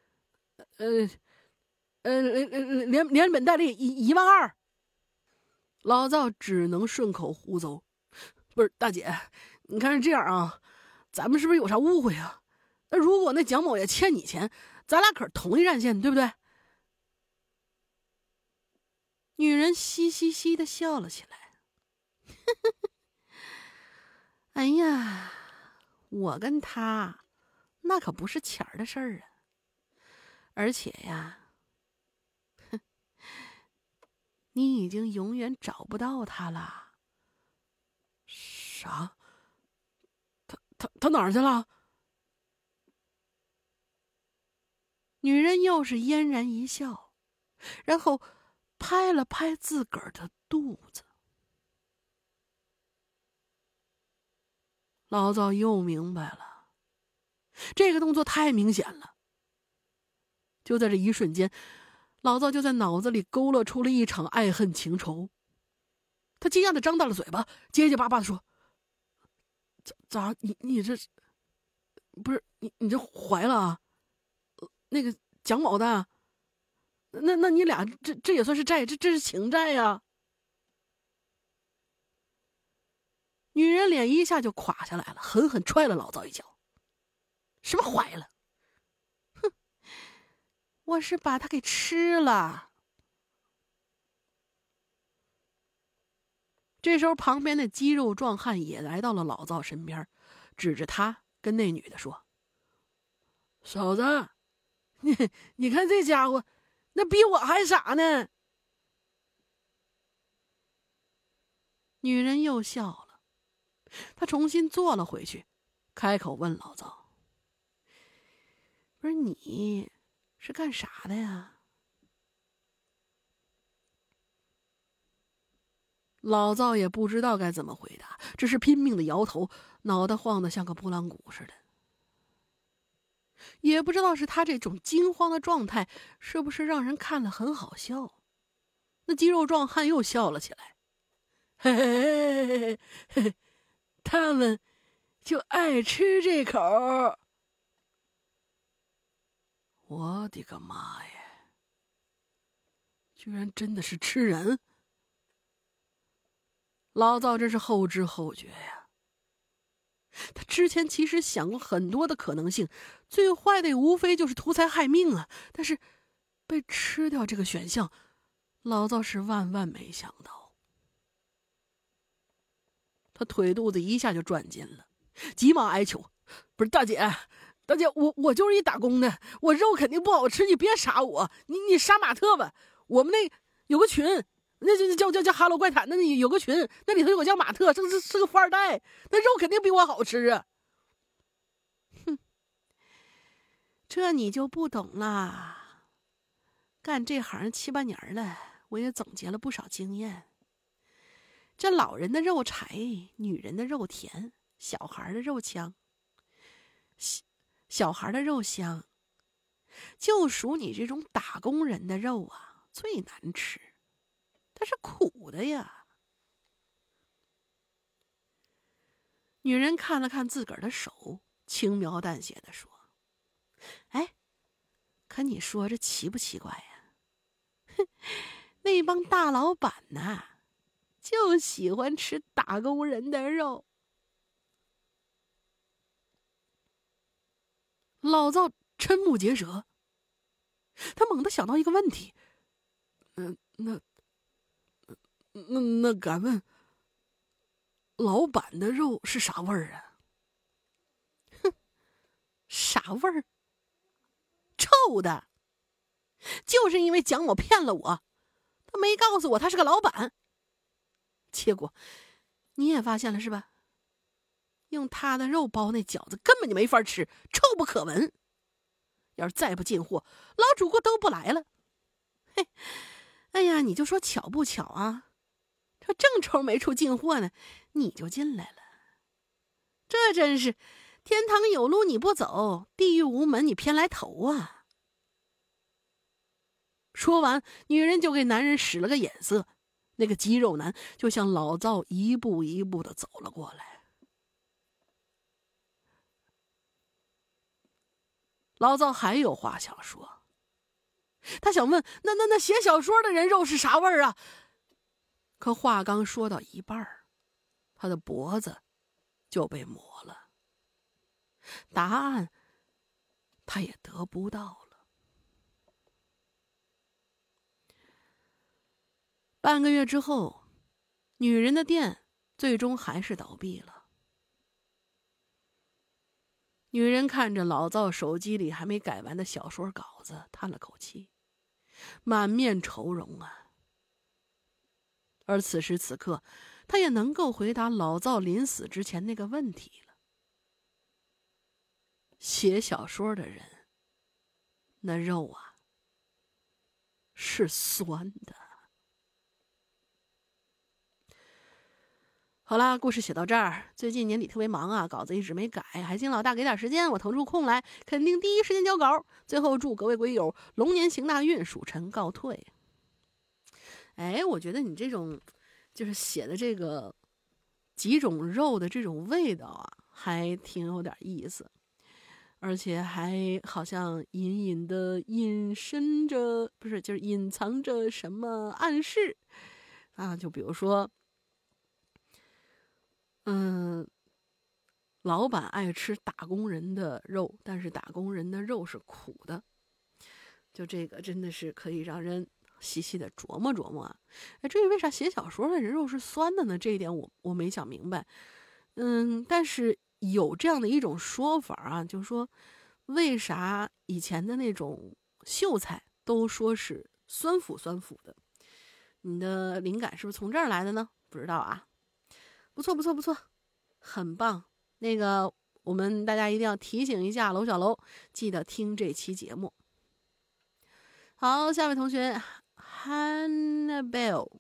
[SPEAKER 2] 连本带利12000。老赵只能顺口胡诌：“不是大姐，你看是这样啊，咱们是不是有啥误会啊？那如果那蒋某也欠你钱，咱俩可是同一战线，对不对？”女人嘻嘻嘻的笑了起来：“哎呀，我跟他那可不是钱儿的事儿啊，而且呀，你已经永远找不到他了。”啥？他哪儿去了？女人又是嫣然一笑，然后拍了拍自个儿的肚子。老赵又明白了，这个动作太明显了。就在这一瞬间，老赵就在脑子里勾勒出了一场爱恨情仇。他惊讶的张大了嘴巴，结结巴巴的说：“咋你这不是你这怀了啊？那个蒋某的，那你俩这也算是债，这是情债呀。”女人脸一下就垮下来了，狠狠踹了老赵一脚：“什么怀了？哼，我是把他给吃了。”这时候，旁边的肌肉壮汉也来到了老赵身边，指着他跟那女的说：“嫂子，你看这家伙，那比我还傻呢。”女人又笑了，她重新坐了回去，开口问老赵：“不是你是干啥的呀？”老赵也不知道该怎么回答，只是拼命的摇头，脑袋晃得像个拨浪鼓似的。也不知道是他这种惊慌的状态是不是让人看了很好笑。那肌肉壮汉又笑了起来：“嘿嘿嘿嘿嘿，他们就爱吃这口。”我的个妈呀！居然真的是吃人！老赵真是后知后觉呀。 他之前其实想过很多的可能性，最坏的也无非就是图财害命啊。但是被吃掉这个选项，老赵是万万没想到。他腿肚子一下就转筋了，急忙哀求：“不是大姐，我就是一打工的，我肉肯定不好吃，你别杀我，你杀马特吧。我们那有个群，那叫哈喽怪谈的，那有个群，那里头有个叫马特，是个富二代，那肉肯定比我好吃啊。”哼，这你就不懂啦。干这行7、8年了，我也总结了不少经验。这老人的肉柴，女人的肉甜，小孩的肉香。小孩的肉香，就属你这种打工人的肉啊，最难吃，它是苦的呀。女人看了看自个儿的手，轻描淡写的说：“哎，可你说这奇不奇怪呀？那帮大老板呐，就喜欢吃打工人的肉。”老赵瞠目结舌，他猛地想到一个问题：那敢问，老板的肉是啥味儿啊？哼，啥味儿？臭的！就是因为蒋某骗了我，他没告诉我他是个老板。结果你也发现了是吧？用他的肉包那饺子根本就没法吃，臭不可闻。要是再不进货，老主顾都不来了。嘿，哎呀，你就说巧不巧啊？这正愁没处进货呢，你就进来了。这真是天堂有路你不走，地狱无门你偏来投啊！说完，女人就给男人使了个眼色，那个肌肉男就向老赵一步一步的走了过来。老赵还有话想说，他想问那写小说的人肉是啥味儿啊？可话刚说到一半，他的脖子就被抹了，答案他也得不到了。半个月之后，女人的店最终还是倒闭了。女人看着老赵手机里还没改完的小说稿子，叹了口气，满面愁容啊。而此时此刻，她也能够回答老赵临死之前那个问题了：写小说的人，那肉啊，是酸的。好啦，故事写到这儿。最近年底特别忙啊，稿子一直没改，还请老大给点时间，我腾出空来，肯定第一时间交稿。最后祝各位鬼友龙年行大运，属辰告退。哎，我觉得你这种就是写的这个几种肉的这种味道啊，还挺有点意思，而且还好像隐隐的隐身着，不是，就是隐藏着什么暗示啊？就比如说。老板爱吃打工人的肉，但是打工人的肉是苦的，就这个真的是可以让人细细的琢磨琢磨啊。至于为啥写小说的人肉是酸的呢？这一点我没想明白。但是有这样的一种说法啊，就是说为啥以前的那种秀才都说是酸腐的？你的灵感是不是从这儿来的呢？不知道啊。不错，很棒。那个我们大家一定要提醒一下楼小楼，记得听这期节目。好，下位同学 Hannabelle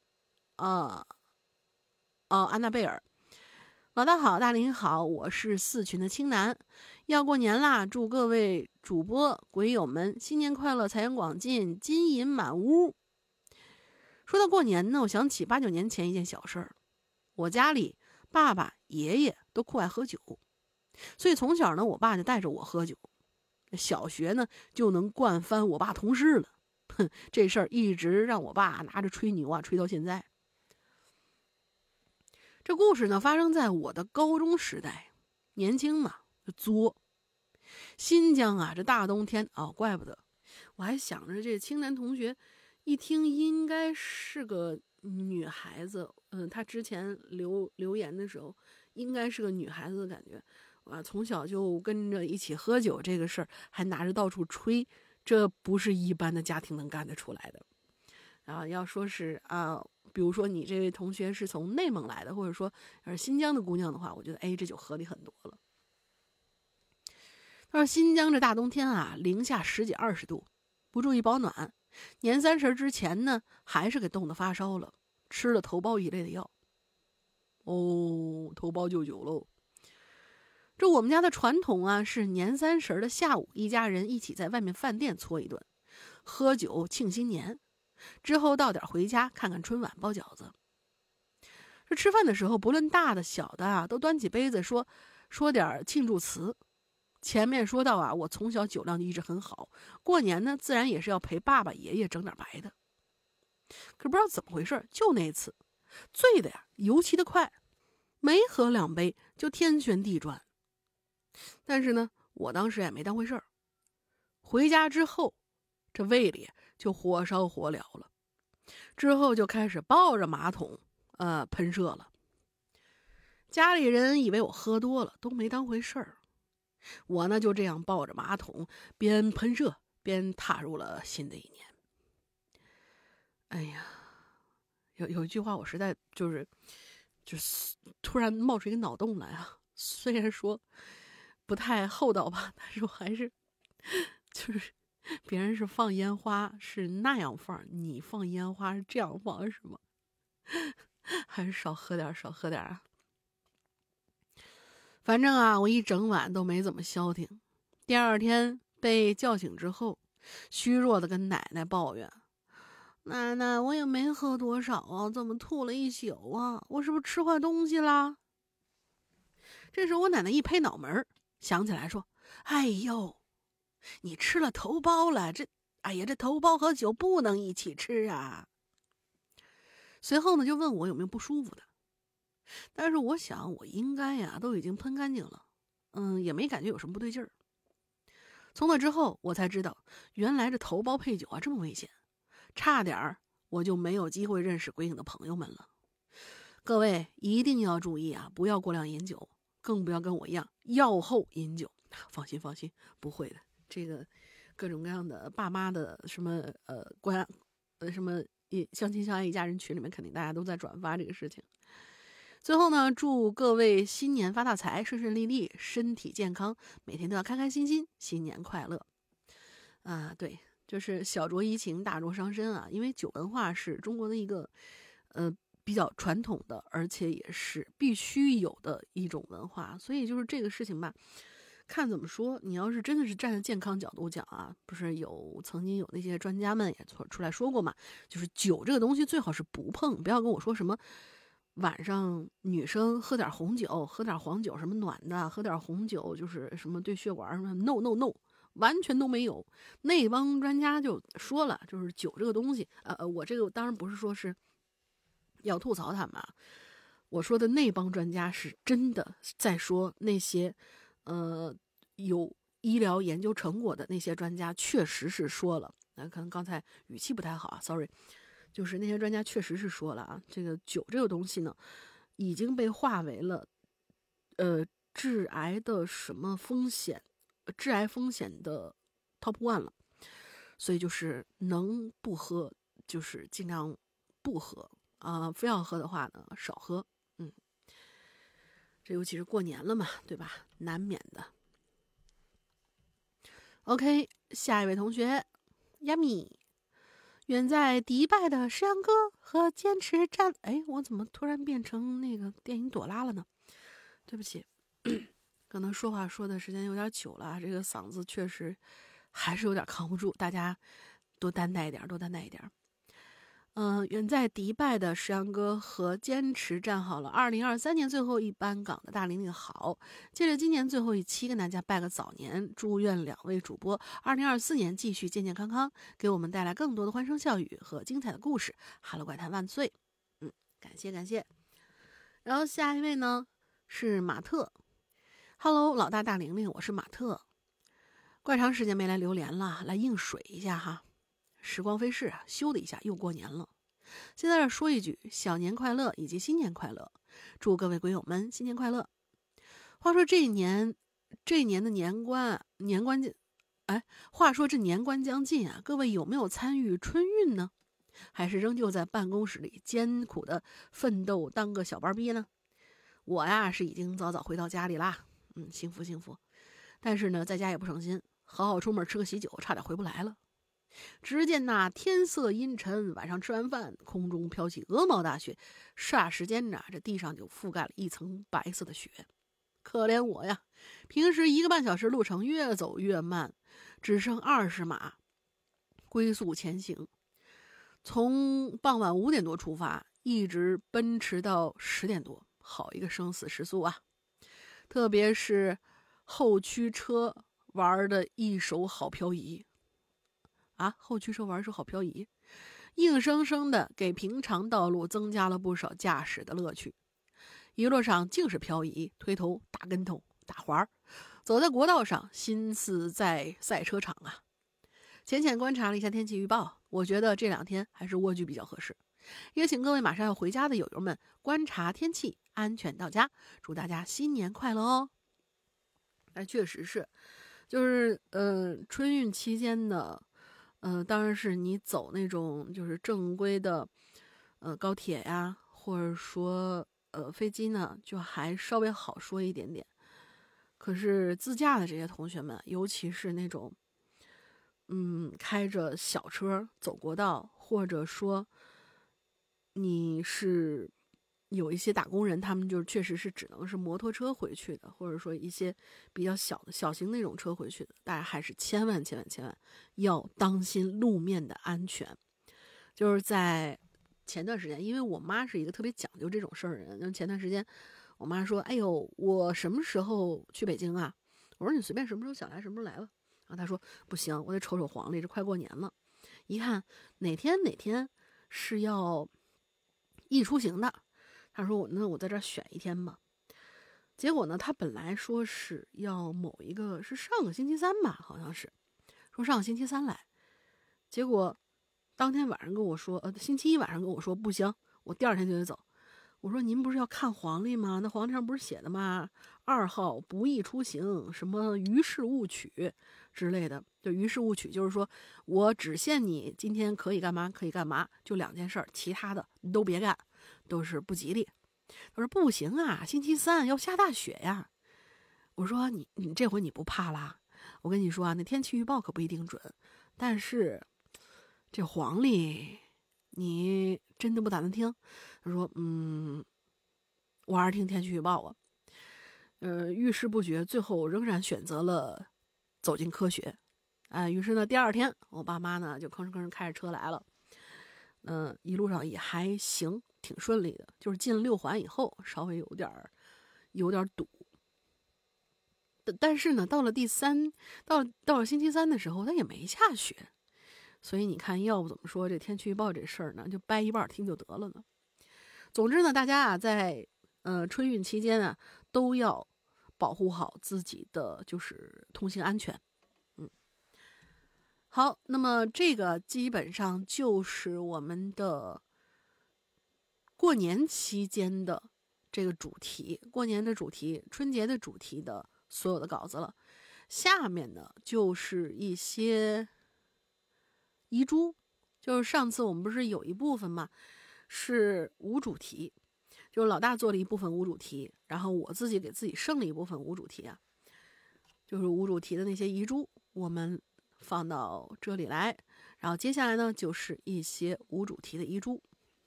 [SPEAKER 2] 安娜贝尔。老大好，大林好，我是4群的青南。要过年啦，祝各位主播鬼友们新年快乐，财源广进，金银满屋。说到过年呢，我想起8、9年前一件小事儿。我家里爸爸爷爷都酷爱喝酒，所以从小呢，我爸就带着我喝酒。小学呢就能灌翻我爸同事了，这事儿一直让我爸拿着吹牛啊，吹到现在。这故事呢发生在我的高中时代， 年轻嘛，就作。新疆啊，这大冬天哦，怪不得。我还想着这青楠同学，一听应该是个女孩子，她之前留言的时候，应该是个女孩子的感觉。哇，从小就跟着一起喝酒这个事儿，还拿着到处吹，这不是一般的家庭能干得出来的。然后要说是啊，比如说你这位同学是从内蒙来的，或者说要是新疆的姑娘的话，我觉得这就合理很多了。他说新疆这大冬天啊，零下10几20度，不注意保暖，年30之前呢，还是给冻得发烧了，吃了头孢一类的药。哦，头孢救酒喽。这我们家的传统啊，是年30的下午，一家人一起在外面饭店搓一顿，喝酒庆新年，之后到点回家看看春晚，包饺子。这吃饭的时候，不论大的小的啊，都端起杯子说点庆祝词。前面说到啊，我从小酒量就一直很好，过年呢自然也是要陪爸爸爷爷整点白的。可不知道怎么回事，就那次醉的呀尤其的快，没喝2杯就天旋地转。但是呢，我当时也没当回事儿。回家之后，这胃里就火烧火燎了，之后就开始抱着马桶喷射了。家里人以为我喝多了，都没当回事儿。我呢就这样抱着马桶，边喷射边踏入了新的一年。哎呀，有一句话我实在就是突然冒出一个脑洞来啊！虽然说不太厚道吧，但是我还是就是别人是放烟花是那样放，你放烟花是这样放是吗？还是少喝点啊！反正啊，我一整晚都没怎么消停。第二天被叫醒之后，虚弱的跟奶奶抱怨：“奶奶，我也没喝多少啊，怎么吐了一宿啊？我是不是吃坏东西啦？”这时我奶奶一拍脑门，想起来说：“哎呦，你吃了头孢了，这头孢和酒不能一起吃啊。”随后呢，就问我有没有不舒服的。但是我想我应该呀都已经喷干净了，也没感觉有什么不对劲儿。从那之后我才知道，原来这头孢配酒啊这么危险，差点儿我就没有机会认识鬼影的朋友们了。各位一定要注意啊，不要过量饮酒，更不要跟我一样药后饮酒。放心，不会的。这个各种各样的爸妈的什么什么相亲相爱一家人群里面，肯定大家都在转发这个事情。最后呢，祝各位新年发大财，顺顺利利，身体健康，每天都要开开心心，新年快乐啊！对，就是小酌怡情，大酌伤身啊。因为酒文化是中国的一个比较传统的，而且也是必须有的一种文化，所以就是这个事情吧，看怎么说。你要是真的是站在健康角度讲啊，不是曾经有那些专家们也出来说过嘛，就是酒这个东西最好是不碰，不要跟我说什么晚上女生喝点红酒，喝点黄酒什么暖的，喝点红酒就是什么对血管什么 no， 完全都没有。那帮专家就说了，就是酒这个东西，我这个当然不是说是要吐槽他们啊，我说的那帮专家是真的在说那些有医疗研究成果的那些专家确实是说了，可能刚才语气不太好啊 ，sorry。就是那些专家确实是说了啊，这个酒这个东西呢，已经被划为了，致癌的什么风险，致癌风险的 top 1了，所以就是能不喝就是尽量不喝啊，非要喝的话呢少喝，这尤其是过年了嘛，对吧？难免的。OK， 下一位同学，Yummy。远在迪拜的石阳哥和坚持站，我怎么突然变成那个电影朵拉了呢？对不起，可能说话说的时间有点久了，这个嗓子确实还是有点扛不住，大家多担待一点，多担待一点。远在迪拜的石阳哥和坚持站好了2023年最后一班岗的大玲玲好，借着今年最后一期跟大家拜个早年，祝愿2位主播2024年继续健健康康，给我们带来更多的欢声笑语和精彩的故事。哈喽怪谈万岁！感谢。然后下一位呢是马特， Hello， 老大大玲玲，我是马特。怪长时间没来留连了，来应水一下哈。时光飞逝啊，咻的一下又过年了。先在这说一句小年快乐以及新年快乐，祝各位鬼友们新年快乐。话说这一年的话说这年关将近啊，各位有没有参与春运呢？还是仍旧在办公室里艰苦的奋斗当个小班逼呢？我呀是已经早早回到家里啦，幸福幸福。但是呢，在家也不省心，好好出门吃个喜酒，差点回不来了。只见那天色阴沉，晚上吃完饭，空中飘起鹅毛大雪，霎时间这地上就覆盖了一层白色的雪。可怜我呀，平时1个半小时路程越走越慢，只剩20码，龟速前行。从傍晚5点多出发，一直奔驰到10点多，好一个生死时速啊！特别是后驱车玩的一手好漂移啊！后驱车玩一手好漂移，硬生生的给平常道路增加了不少驾驶的乐趣。一路上尽是漂移、推头、打跟头、打滑，走在国道上，心似在赛车场啊！浅浅观察了一下天气预报，我觉得这2天还是蜗居比较合适。也请各位马上要回家的友友们观察天气，安全到家。祝大家新年快乐哦！确实是，就是春运期间的，当然是你走那种就是正规的，高铁呀，或者说飞机呢，就还稍微好说一点点。可是自驾的这些同学们，尤其是那种开着小车走国道，或者说你是有一些打工人，他们就确实是只能是摩托车回去的，或者说一些比较小型那种车回去的，大家还是千万要当心路面的安全。就是在前段时间，因为我妈是一个特别讲究这种事儿的人，那前段时间我妈说：“哎呦，我什么时候去北京啊？”我说：“你随便什么时候想来什么时候来吧。”然后她说：“不行，我得瞅瞅黄历，这快过年了，一看哪天是要易出行的。”他说：“那我在这儿选一天吧。”结果呢，他本来说是要某一个是上个星期三吧，好像是说上个星期三来，结果当天晚上跟我说，星期一晚上跟我说不行，我第2天就得走。我说：“您不是要看黄历吗？那黄历上不是写的吗？2号不宜出行，什么于事勿取之类的。就于事勿取，就是说我只限你今天可以干嘛，就2件事，其他的你都别干，都是不吉利。”他说：“不行啊，星期三要下大雪呀。”我说：“你这回你不怕啦？我跟你说啊，那天气预报可不一定准，但是这黄历你真的不打算听？”他说：“我还是听天气预报啊。”遇事不决，最后仍然选择了走进科学。于是呢，第2天我爸妈呢就吭哧开着车来了。一路上也还行，挺顺利的，就是进了6环以后稍微有点堵。但是呢，到了星期三的时候，它也没下雪。所以你看，要不怎么说这天气预报这事儿呢，就掰一半听就得了呢。总之呢，大家啊，在春运期间啊，都要保护好自己的就是通行安全。好，那么这个基本上就是我们的过年期间的这个主题，过年的主题，春节的主题的所有的稿子了。下面呢，就是一些遗珠，就是上次我们不是有一部分嘛，是无主题，就是老大做了一部分无主题，然后我自己给自己剩了一部分无主题啊，就是无主题的那些遗珠，我们放到这里来，然后接下来呢，就是一些无主题的遗珠。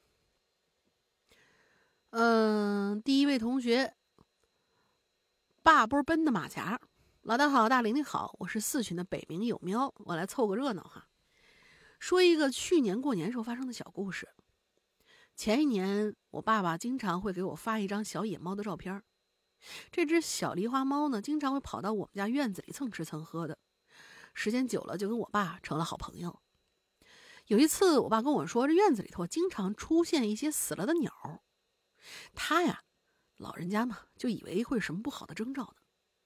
[SPEAKER 2] 第一位同学，大波奔的马甲，老大好，大玲玲好，我是4群的北冥有喵，我来凑个热闹哈。说一个去年过年时候发生的小故事。前一年，我爸爸经常会给我发一张小野猫的照片。这只小狸花猫呢，经常会跑到我们家院子里蹭吃蹭喝的，时间久了就跟我爸成了好朋友。有一次，我爸跟我说，这院子里头经常出现一些死了的鸟。他呀，老人家嘛，就以为会是什么不好的征兆呢。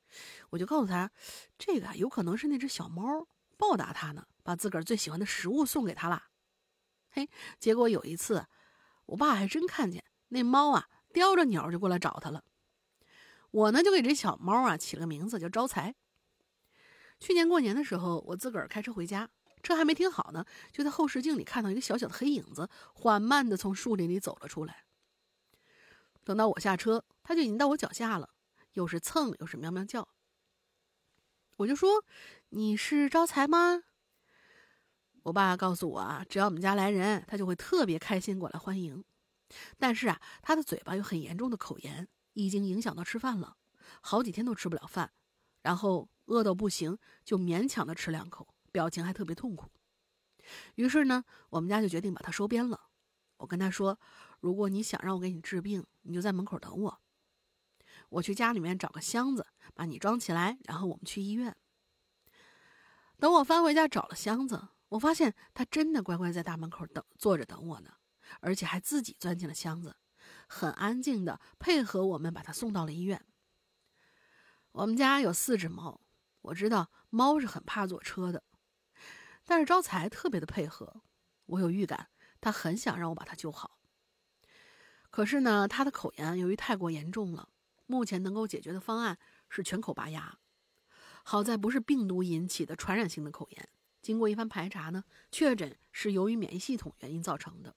[SPEAKER 2] 我就告诉他，这个有可能是那只小猫报答他呢，把自个儿最喜欢的食物送给他啦。嘿，结果有一次，我爸还真看见那猫啊叼着鸟就过来找他了。我呢就给这小猫啊起了个名字叫招财。去年过年的时候，我自个儿开车回家，车还没停好呢，就在后视镜里看到一个小小的黑影子缓慢地从树林里走了出来。等到我下车，它就已经到我脚下了，又是蹭又是喵喵叫。我就说：“你是招财吗？”我爸告诉我啊，只要我们家来人，他就会特别开心过来欢迎。但是啊，他的嘴巴有很严重的口炎，已经影响到吃饭了，好几天都吃不了饭，然后饿到不行，就勉强的吃2口，表情还特别痛苦。于是呢，我们家就决定把他收编了。我跟他说，如果你想让我给你治病，你就在门口等我，我去家里面找个箱子把你装起来，然后我们去医院。等我翻回家找了箱子，我发现他真的乖乖在大门口坐着等我呢，而且还自己钻进了箱子，很安静的配合我们把他送到了医院。我们家有4只猫，我知道猫是很怕坐车的，但是招财特别的配合，我有预感他很想让我把他救好。可是呢，他的口炎由于太过严重了，目前能够解决的方案是全口拔牙。好在不是病毒引起的传染性的口炎，经过一番排查呢，确诊是由于免疫系统原因造成的。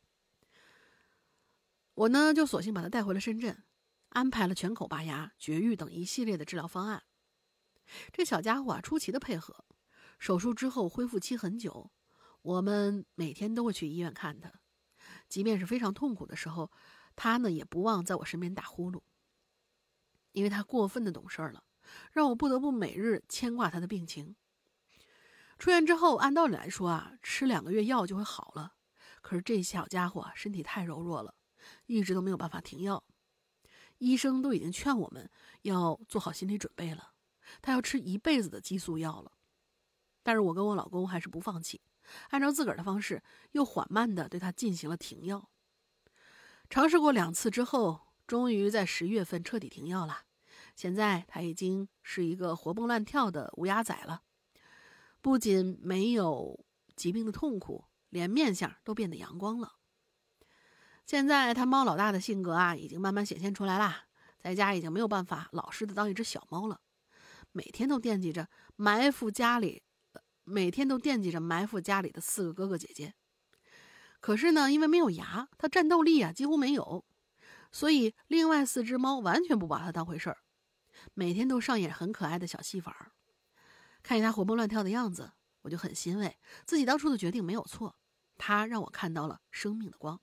[SPEAKER 2] 我呢就索性把他带回了深圳，安排了全口拔牙、绝育等一系列的治疗方案。这小家伙啊出奇的配合，手术之后恢复期很久，我们每天都会去医院看他，即便是非常痛苦的时候，他呢也不忘在我身边打呼噜。因为他过分的懂事了，让我不得不每日牵挂他的病情。出院之后，按道理来说啊，吃2个月药就会好了，可是这小家伙身体太柔弱了，一直都没有办法停药。医生都已经劝我们要做好心理准备了，他要吃一辈子的激素药了。但是我跟我老公还是不放弃，按照自个儿的方式，又缓慢地对他进行了停药。尝试过2次之后，终于在11月份彻底停药了。现在他已经是一个活蹦乱跳的无牙仔了，不仅没有疾病的痛苦，连面相都变得阳光了。现在他猫老大的性格啊，已经慢慢显现出来啦，在家已经没有办法老实的当一只小猫了，每天都惦记着埋伏家里的4个哥哥姐姐。可是呢，因为没有牙，他战斗力啊几乎没有，所以另外4只猫完全不把他当回事儿，每天都上演很可爱的小戏法。看见他活蹦乱跳的样子，我就很欣慰，自己当初的决定没有错，他让我看到了生命的光。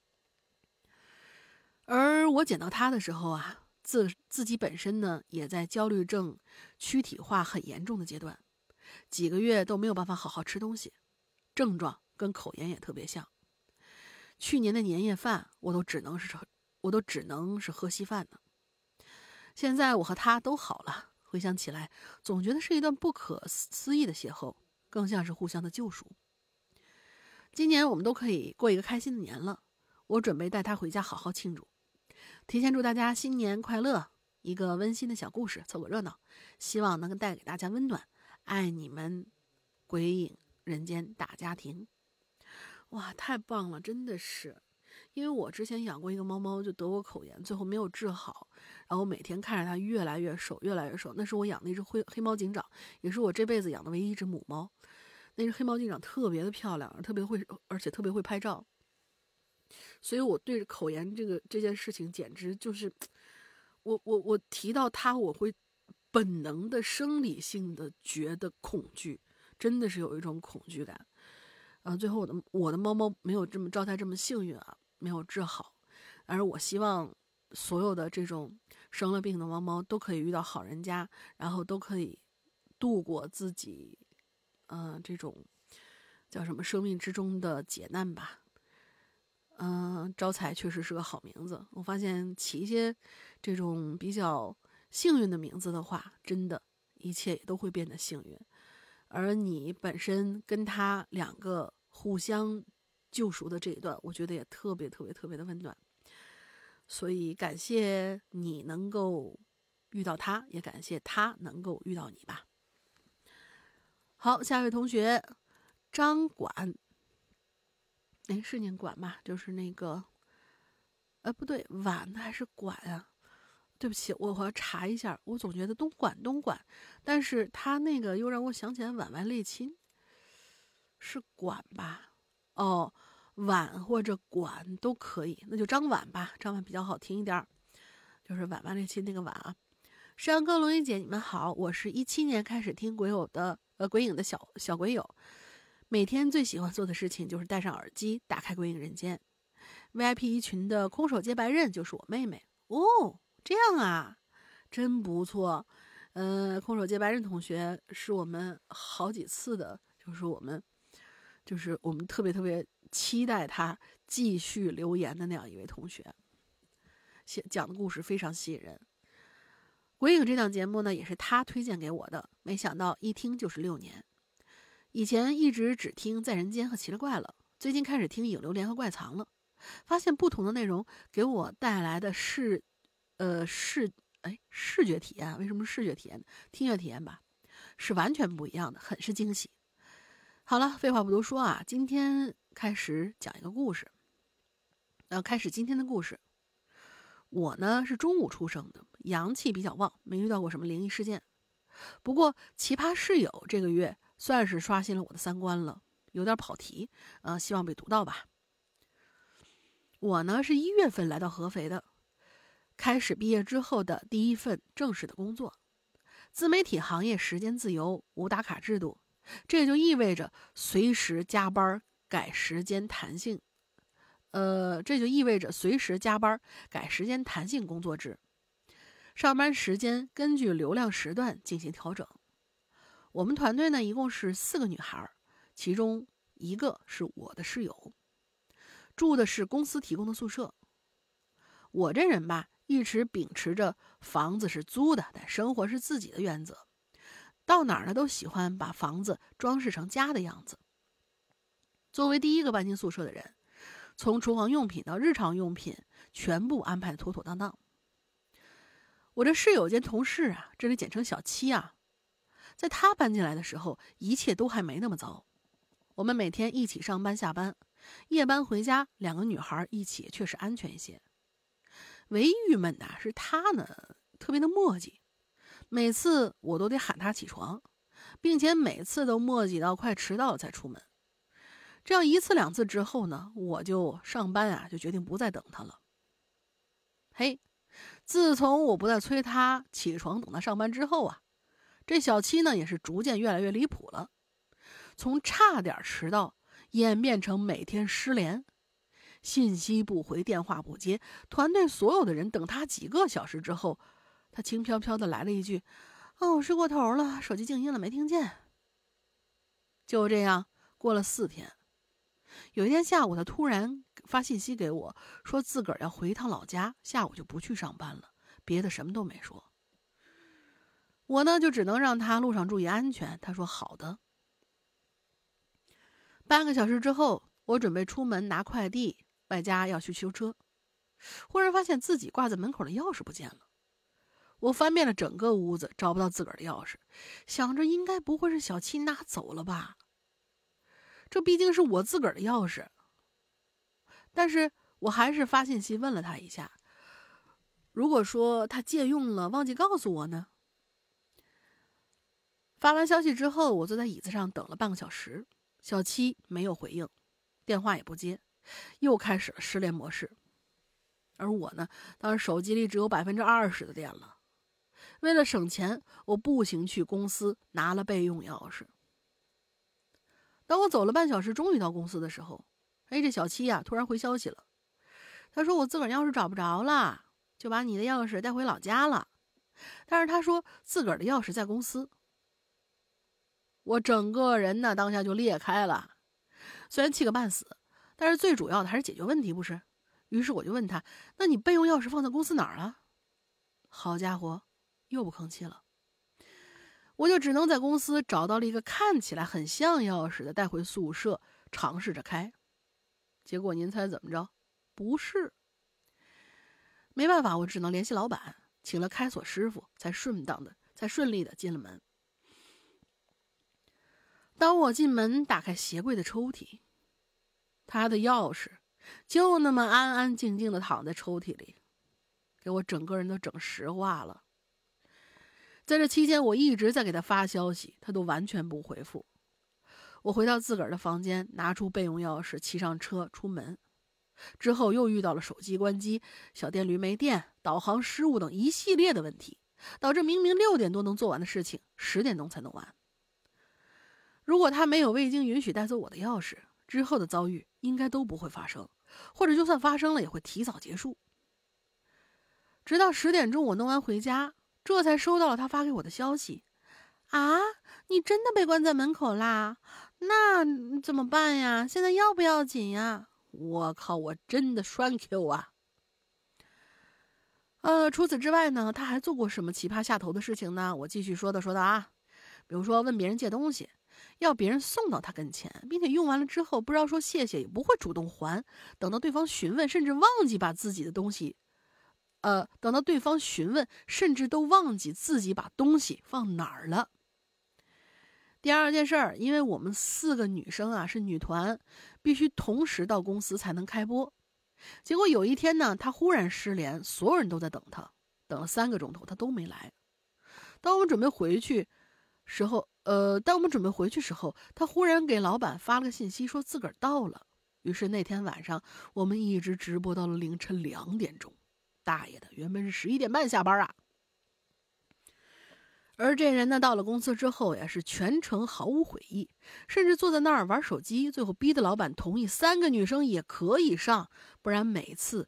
[SPEAKER 2] 而我捡到他的时候啊，自己本身呢也在焦虑症躯体化很严重的阶段，几个月都没有办法好好吃东西，症状跟口炎也特别像。去年的年夜饭我都只能是喝稀饭呢。现在我和他都好了，回想起来，总觉得是一段不可思议的邂逅，更像是互相的救赎。今年我们都可以过一个开心的年了，我准备带他回家好好庆祝。提前祝大家新年快乐！一个温馨的小故事，凑个热闹，希望能带给大家温暖。爱你们，鬼影人间大家庭。哇，太棒了，真的是。因为我之前养过一个猫猫，就得过口炎，最后没有治好，然后每天看着它越来越瘦，越来越瘦。那是我养的一只黑猫警长，也是我这辈子养的唯一一只母猫。那只黑猫警长特别的漂亮，而且特别会拍照。所以我对口炎这件事情简直就是，我提到它，我会本能的生理性的觉得恐惧，真的是有一种恐惧感。最后我的猫猫没有招财这么幸运啊，没有治好。而我希望所有的这种生了病的猫猫都可以遇到好人家，然后都可以度过自己这种叫什么生命之中的劫难吧。招财确实是个好名字，我发现起一些这种比较幸运的名字的话，真的一切也都会变得幸运。而你本身跟他2个互相救赎的这一段，我觉得也特别特别特别的温暖。所以感谢你能够遇到他，也感谢他能够遇到你吧。好，下一位同学张管，是念管吧？就是那个，不对，碗还是管啊？对不起，我要查一下。我总觉得东莞，但是他那个又让我想起来碗碗类亲，是管吧？哦，碗或者管都可以，那就张碗吧，张碗比较好听一点，就是碗碗类亲那个碗啊。山哥、龙云姐，你们好，我是17年开始听鬼影的小鬼友，每天最喜欢做的事情就是戴上耳机，打开鬼影人间。VIP 群的空手接白刃就是我妹妹哦，这样啊，真不错。空手接白刃同学是我们好几次的，就是我们特别特别期待他继续留言的那样一位同学，讲的故事非常吸引人。鬼影这档节目呢，也是他推荐给我的，没想到一听就是6年。以前一直只听在人间和奇了怪了，最近开始听影榴莲和怪藏了，发现不同的内容给我带来的视觉体验，为什么是视觉体验？听觉体验吧，是完全不一样的，很是惊喜。好了，废话不多说啊，今天开始讲一个故事。开始今天的故事。我呢是中午出生的，阳气比较旺，没遇到过什么灵异事件。不过奇葩室友这个月算是刷新了我的3观了，有点跑题，希望被读到吧。我呢是1月份来到合肥的，开始毕业之后的第一份正式的工作。自媒体行业时间自由，无打卡制度，这就意味着随时加班改时间弹性。随时加班改时间弹性工作制，上班时间根据流量时段进行调整。我们团队呢一共是4个女孩，其中1个是我的室友，住的是公司提供的宿舍。我这人吧，一直秉持着房子是租的，但生活是自己的原则，到哪儿呢都喜欢把房子装饰成家的样子。作为第一个搬进宿舍的人，从厨房用品到日常用品全部安排的妥妥当当。我这室友兼同事啊，这里简称小七啊，在他搬进来的时候，一切都还没那么糟。我们每天一起上班下班，夜班回家，2个女孩一起确实安全一些。唯一郁闷的是他呢特别的磨叽，每次我都得喊他起床，并且每次都磨叽到快迟到了才出门。这样1次2次之后呢，我就上班就决定不再等他了。自从我不再催他起床等他上班之后这小七呢也是逐渐越来越离谱了，从差点迟到演变成每天失联，信息不回，电话不接，团队所有的人等他几个小时之后，他轻飘飘的来了一句：“我睡过头了，手机静音了，没听见。”就这样过了4天。有一天下午，他突然发信息给我，说自个儿要回一趟老家，下午就不去上班了，别的什么都没说。我呢就只能让他路上注意安全，他说好的。半个小时之后，我准备出门拿快递，外加要去修车，忽然发现自己挂在门口的钥匙不见了。我翻遍了整个屋子，找不到自个儿的钥匙，想着应该不会是小七拿走了吧，这毕竟是我自个儿的钥匙。但是我还是发信息问了他一下，如果说他借用了忘记告诉我呢？发完消息之后，我坐在椅子上等了半个小时，小七没有回应，电话也不接，又开始了失联模式。而我呢，当时手机里只有20%的电了。为了省钱，我步行去公司拿了备用钥匙。当我走了半小时，终于到公司的时候，这小七突然回消息了。他说我自个儿钥匙找不着了，就把你的钥匙带回老家了。但是他说自个儿的钥匙在公司。我整个人呢当下就裂开了，虽然气个半死，但是最主要的还是解决问题，不是？于是我就问他，那你备用钥匙放在公司哪儿了？好家伙，又不吭气了。我就只能在公司找到了一个看起来很像钥匙的，带回宿舍尝试着开。结果您猜怎么着？不是。没办法，我只能联系老板。 请了开锁师傅，才顺利的进了门。当我进门打开鞋柜的抽屉，他的钥匙就那么安安静静的躺在抽屉里，给我整个人都整石化了。在这期间，我一直在给他发消息，他都完全不回复。我回到自个儿的房间，拿出备用钥匙，骑上车出门。之后又遇到了手机关机、小电驴没电、导航失误等一系列的问题，导致明明6点多能做完的事情，10点钟才能完。如果他没有未经允许带走我的钥匙，之后的遭遇应该都不会发生，或者就算发生了，也会提早结束。直到10点钟我弄完回家，这才收到了他发给我的消息：啊，你真的被关在门口啦？那怎么办呀？现在要不要紧呀？我靠，我真的栓 Q 啊！除此之外呢，他还做过什么奇葩下头的事情呢？我继续说道啊，比如说问别人借东西，要别人送到他跟前，并且用完了之后不知道说谢谢，也不会主动还，等到对方询问，甚至忘记把自己的东西，等到对方询问，甚至都忘记自己把东西放哪儿了。第二件事儿，因为我们4个女生啊是女团，必须同时到公司才能开播。结果有一天呢，她忽然失联，所有人都在等她，等了3个钟头，她都没来。当我们准备回去时候，她忽然给老板发了个信息，说自个儿到了。于是那天晚上，我们一直直播到了凌晨2点钟。大爷的，原本是11点半下班啊。而这人呢，到了公司之后呀，是全程毫无悔意，甚至坐在那儿玩手机，最后逼得老板同意3个女生也可以上，不然每次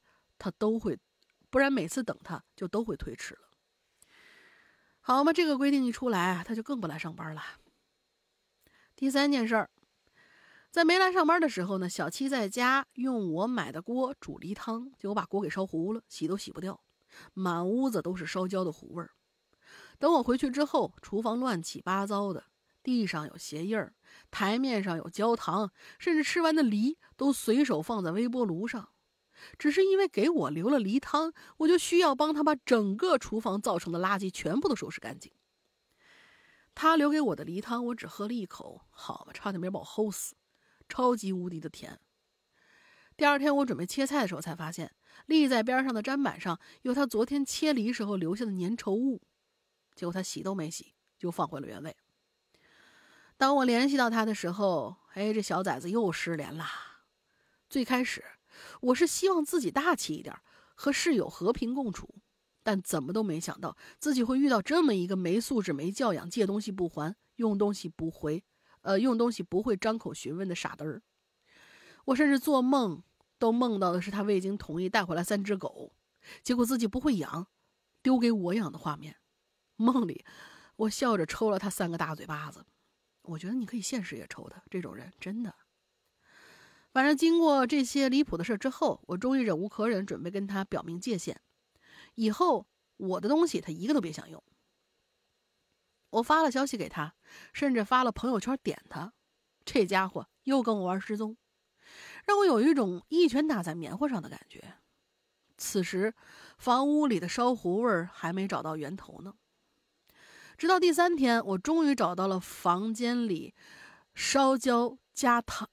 [SPEAKER 2] 等他就都会推迟了。好嘛，这个规定一出来啊，他就更不来上班了。第3件事儿，在没来上班的时候呢，小七在家用我买的锅煮梨汤，结果把锅给烧糊了，洗都洗不掉，满屋子都是烧焦的糊味儿。等我回去之后，厨房乱七八糟的，地上有鞋印儿，台面上有焦糖，甚至吃完的梨都随手放在微波炉上。只是因为给我留了梨汤，我就需要帮他把整个厨房造成的垃圾全部都收拾干净。他留给我的梨汤，我只喝了1口，好吧，差点没把我齁死，超级无敌的甜。第2天我准备切菜的时候，才发现立在边上的砧板上有他昨天切梨时候留下的粘稠物。结果他洗都没洗，就放回了原位。当我联系到他的时候，这小崽子又失联啦。最开始我是希望自己大气一点，和室友和平共处，但怎么都没想到自己会遇到这么一个没素质、没教养、借东西不还、用东西不会张口询问的傻嘚儿。我甚至做梦都梦到的是他未经同意带回来3只狗，结果自己不会养，丢给我养的画面。梦里我笑着抽了他3个大嘴巴子。我觉得你可以现实也抽他，这种人真的。反正经过这些离谱的事之后，我终于忍无可忍，准备跟他表明界限，以后我的东西他一个都别想用。我发了消息给他，甚至发了朋友圈点他，这家伙又跟我玩失踪，让我有一种一拳打在棉花上的感觉。此时房屋里的烧糊味还没找到源头呢。直到第3天，我终于找到了房间里烧焦加糖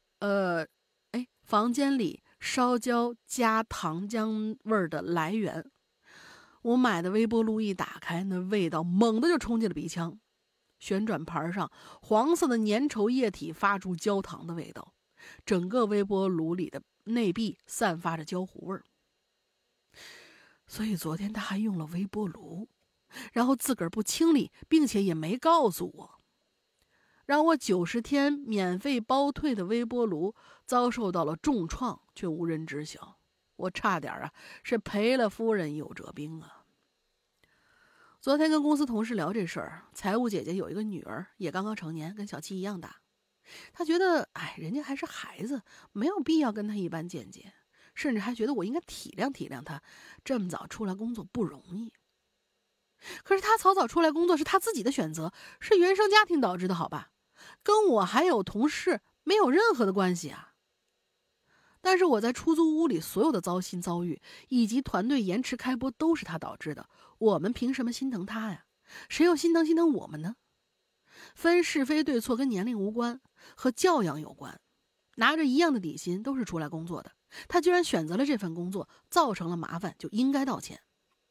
[SPEAKER 2] 浆味的来源。我买的微波炉一打开，那味道猛地就冲进了鼻腔。旋转盘上黄色的粘稠液体发出焦糖的味道，整个微波炉里的内壁散发着焦糊味。所以昨天他还用了微波炉，然后自个儿不清理，并且也没告诉我，让我90天免费包退的微波炉遭受到了重创，却无人知晓。我差点是赔了夫人又折兵啊。昨天跟公司同事聊这事儿，财务姐姐有一个女儿，也刚刚成年，跟小七一样大。她觉得人家还是孩子，没有必要跟她一般见解，甚至还觉得我应该体谅体谅她，这么早出来工作不容易。可是她早出来工作是她自己的选择，是原生家庭导致的，好吧，跟我还有同事没有任何的关系啊。 但是我在出租屋里所有的糟心遭遇，以及团队延迟开播，都是他导致的。我们凭什么心疼他呀？谁又心疼我们呢？分是非对错跟年龄无关，和教养有关。拿着一样的底薪，都是出来工作的，他居然选择了这份工作，造成了麻烦，就应该道歉。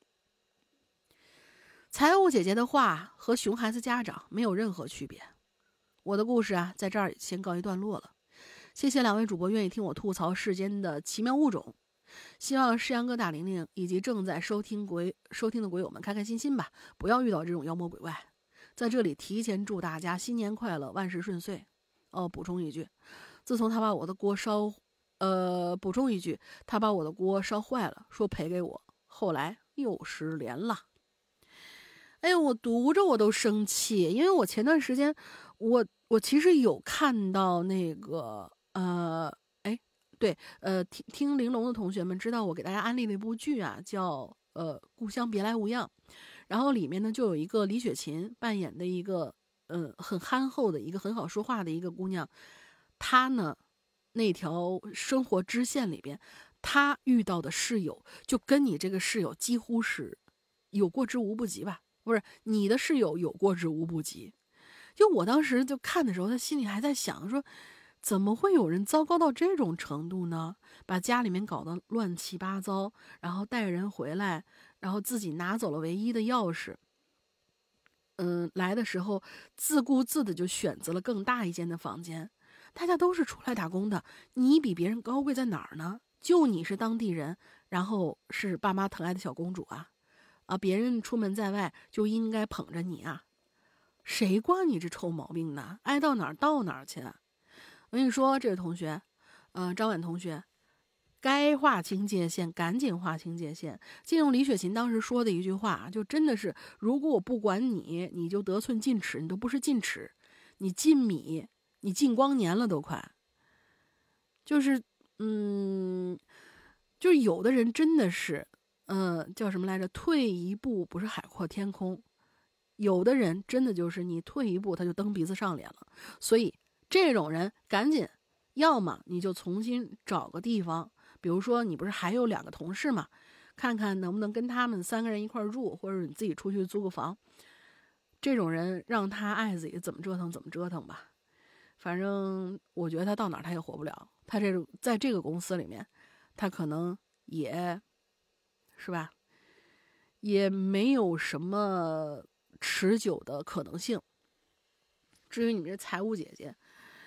[SPEAKER 2] 财务姐姐的话和熊孩子家长没有任何区别。我的故事啊，在这儿先告一段落了。谢谢两位主播愿意听我吐槽世间的奇妙物种，希望世阳哥、大玲玲以及正在收听的鬼友们开开心心吧，不要遇到这种妖魔鬼怪。在这里提前祝大家新年快乐，万事顺遂。补充一句，自从他把我的锅烧坏了，说赔给我，后来又失联了。哎呦，我读着我都生气，因为我前段时间我其实有看到那个听玲珑的同学们知道我给大家安利了一部剧啊，叫故乡别来无恙，然后里面呢就有一个李雪琴扮演的一个很憨厚的一个很好说话的一个姑娘，她呢那条生活支线里边，她遇到的室友就跟你这个室友几乎是有过之无不及吧，不是你的室友有过之无不及。就我当时就看的时候，他心里还在想说，怎么会有人糟糕到这种程度呢？把家里面搞得乱七八糟，然后带人回来，然后自己拿走了唯一的钥匙。来的时候自顾自的就选择了更大一间的房间。大家都是出来打工的，你比别人高贵在哪儿呢？就你是当地人，然后是爸妈疼爱的小公主啊，别人出门在外就应该捧着你啊。谁惯你这臭毛病呢？爱到哪儿到哪儿去。我跟你说，这位同学，张婉同学，该划清界限，赶紧划清界限。借用李雪琴当时说的一句话，就真的是，如果我不管你，你就得寸进尺，你都不是进尺，你进米，你进光年了都快。就是有的人真的是，叫什么来着？退一步不是海阔天空。有的人真的就是你退一步他就蹬鼻子上脸了，所以这种人赶紧，要么你就重新找个地方，比如说你不是还有2个同事嘛，看看能不能跟他们3个人一块住，或者你自己出去租个房。这种人让他爱自己怎么折腾怎么折腾吧，反正我觉得他到哪儿他也活不了。他在这个公司里面，他可能也是吧，也没有什么持久的可能性。至于你们这财务姐姐，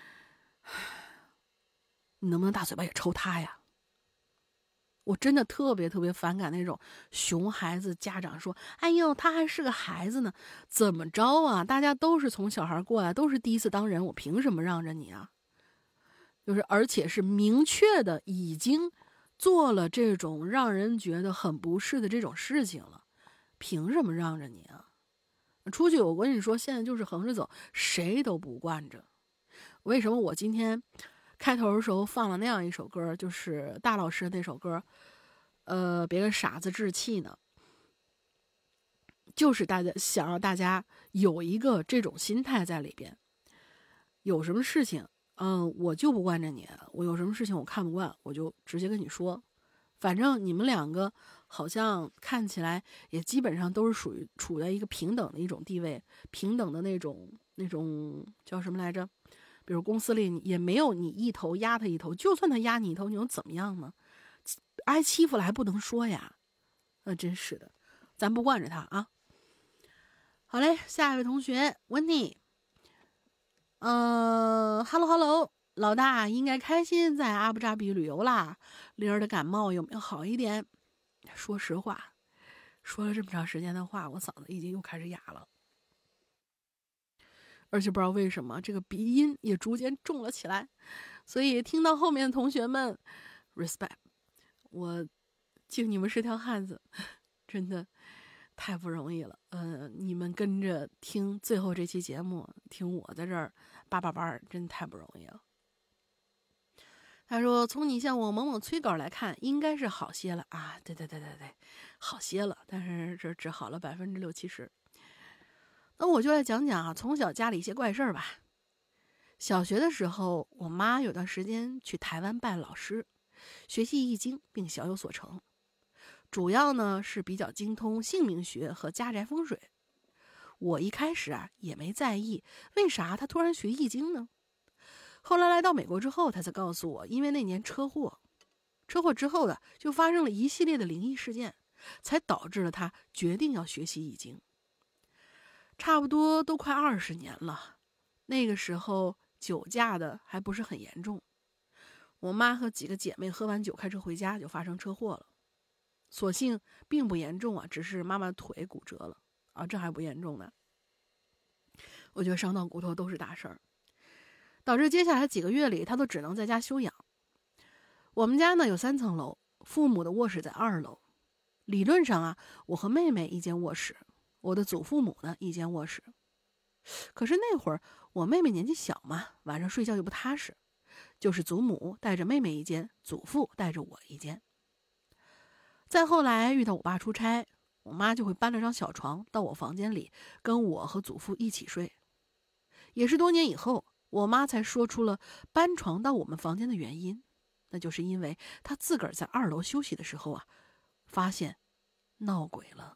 [SPEAKER 2] 你能不能大嘴巴也抽她呀？我真的特别特别反感那种熊孩子家长说，哎呦他还是个孩子呢，怎么着啊，大家都是从小孩过来，都是第一次当人，我凭什么让着你啊？就是而且是明确的已经做了这种让人觉得很不适的这种事情了，凭什么让着你啊？出去我跟你说，现在就是横着走，谁都不惯着。为什么我今天开头的时候放了那样一首歌，就是大老师那首歌，别人傻子置气呢？就是想让大家有一个这种心态在里边。有什么事情，我就不惯着你，我有什么事情我看不惯，我就直接跟你说。反正你们2个好像看起来也基本上都是处在一个平等的一种地位，平等的那种叫什么来着？比如公司里也没有你一头压他一头，就算他压你一头，你又怎么样呢？挨欺负了还不能说呀？真是的，咱不惯着他啊。好嘞，下一位同学温妮。Hello， 老大应该开心在阿布扎比旅游啦。灵儿的感冒有没有好一点？说实话，说了这么长时间的话，我嗓子已经又开始哑了，而且不知道为什么这个鼻音也逐渐重了起来。所以听到后面的同学们 ，respect， 我敬你们是条汉子，真的太不容易了。你们跟着听最后这期节目，听我在这儿叭叭叭，真的太不容易了。他说：“从你向我猛猛催稿来看，应该是好些了啊！对，好些了，但是这只好了60%-70%。那我就来讲讲啊，从小家里一些怪事儿吧。小学的时候，我妈有段时间去台湾拜老师， 学习易经并小有所成，主要呢是比较精通姓名学和家宅风水。我一开始也没在意，为啥他突然学易经呢？后来来到美国之后，他才告诉我，因为那年车祸之后的就发生了一系列的灵异事件，才导致了他决定要学习易经。差不多都快20年了，那个时候酒驾的还不是很严重。我妈和几个姐妹喝完酒开车回家，就发生车祸了。所幸并不严重只是妈妈腿骨折了这还不严重呢。我觉得伤到骨头都是大事儿，导致接下来几个月里她都只能在家休养。我们家呢有3层楼，父母的卧室在2楼。理论上我和妹妹一间卧室，我的祖父母呢一间卧室。可是那会儿我妹妹年纪小嘛，晚上睡觉又不踏实，就是祖母带着妹妹一间，祖父带着我一间。再后来遇到我爸出差，我妈就会搬了张小床到我房间里，跟我和祖父一起睡。也是多年以后，我妈才说出了搬床到我们房间的原因，那就是因为她自个儿在2楼休息的时候发现闹鬼了。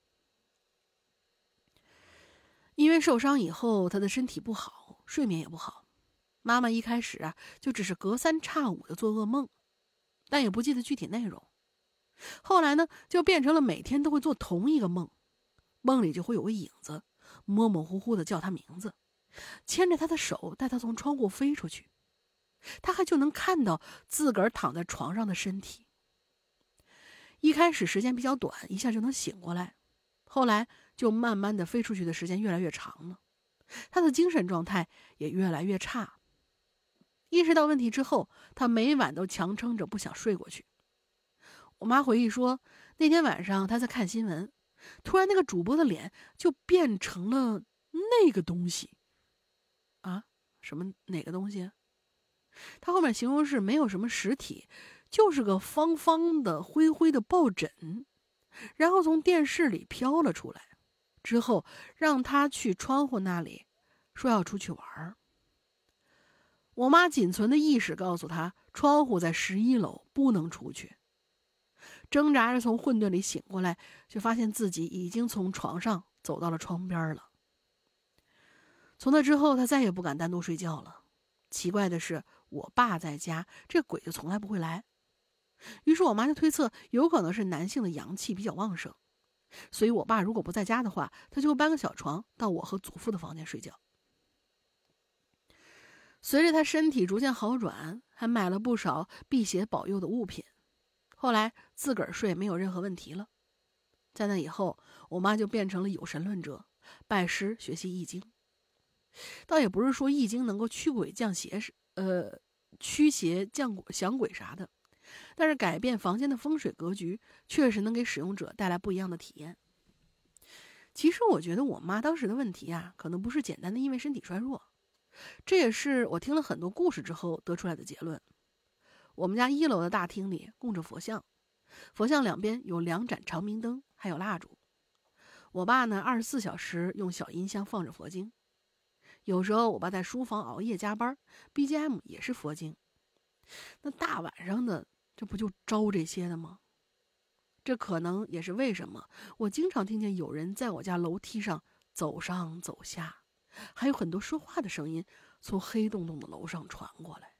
[SPEAKER 2] 因为受伤以后，她的身体不好，睡眠也不好。妈妈一开始就只是隔3差5的做噩梦，但也不记得具体内容。后来呢，就变成了每天都会做同一个梦，梦里就会有个影子，模模糊糊的叫她名字，牵着她的手带她从窗户飞出去。她还就能看到自个儿躺在床上的身体。一开始时间比较短，一下就能醒过来，后来就慢慢的飞出去的时间越来越长了，她的精神状态也越来越差。意识到问题之后，她每晚都强撑着不想睡过去。我妈回忆说，那天晚上她在看新闻，突然那个主播的脸就变成了那个东西。什么哪个东西？她后面形容是没有什么实体，就是个方方的灰灰的抱枕，然后从电视里飘了出来，之后让她去窗户那里，说要出去玩。我妈仅存的意识告诉她，窗户在11楼，不能出去。挣扎着从混沌里醒过来，却发现自己已经从床上走到了窗边了。从那之后，她再也不敢单独睡觉了。奇怪的是，我爸在家，这鬼就从来不会来。于是我妈就推测，有可能是男性的阳气比较旺盛，所以我爸如果不在家的话，他就会搬个小床到我和祖父的房间睡觉。随着他身体逐渐好转，还买了不少辟邪保佑的物品。后来自个儿睡没有任何问题了。在那以后，我妈就变成了有神论者，拜师学习易经。倒也不是说易经能够驱鬼降邪驱邪降鬼啥的，但是改变房间的风水格局，确实能给使用者带来不一样的体验。其实我觉得我妈当时的问题可能不是简单的因为身体衰弱，这也是我听了很多故事之后得出来的结论。我们家1楼的大厅里供着佛像，佛像两边有2盏长明灯，还有蜡烛。我爸呢24小时用小音箱放着佛经。有时候我爸在书房熬夜加班， BGM 也是佛经。那大晚上的，这不就招这些的吗？这可能也是为什么我经常听见有人在我家楼梯上走上走下，还有很多说话的声音从黑洞洞的楼上传过来。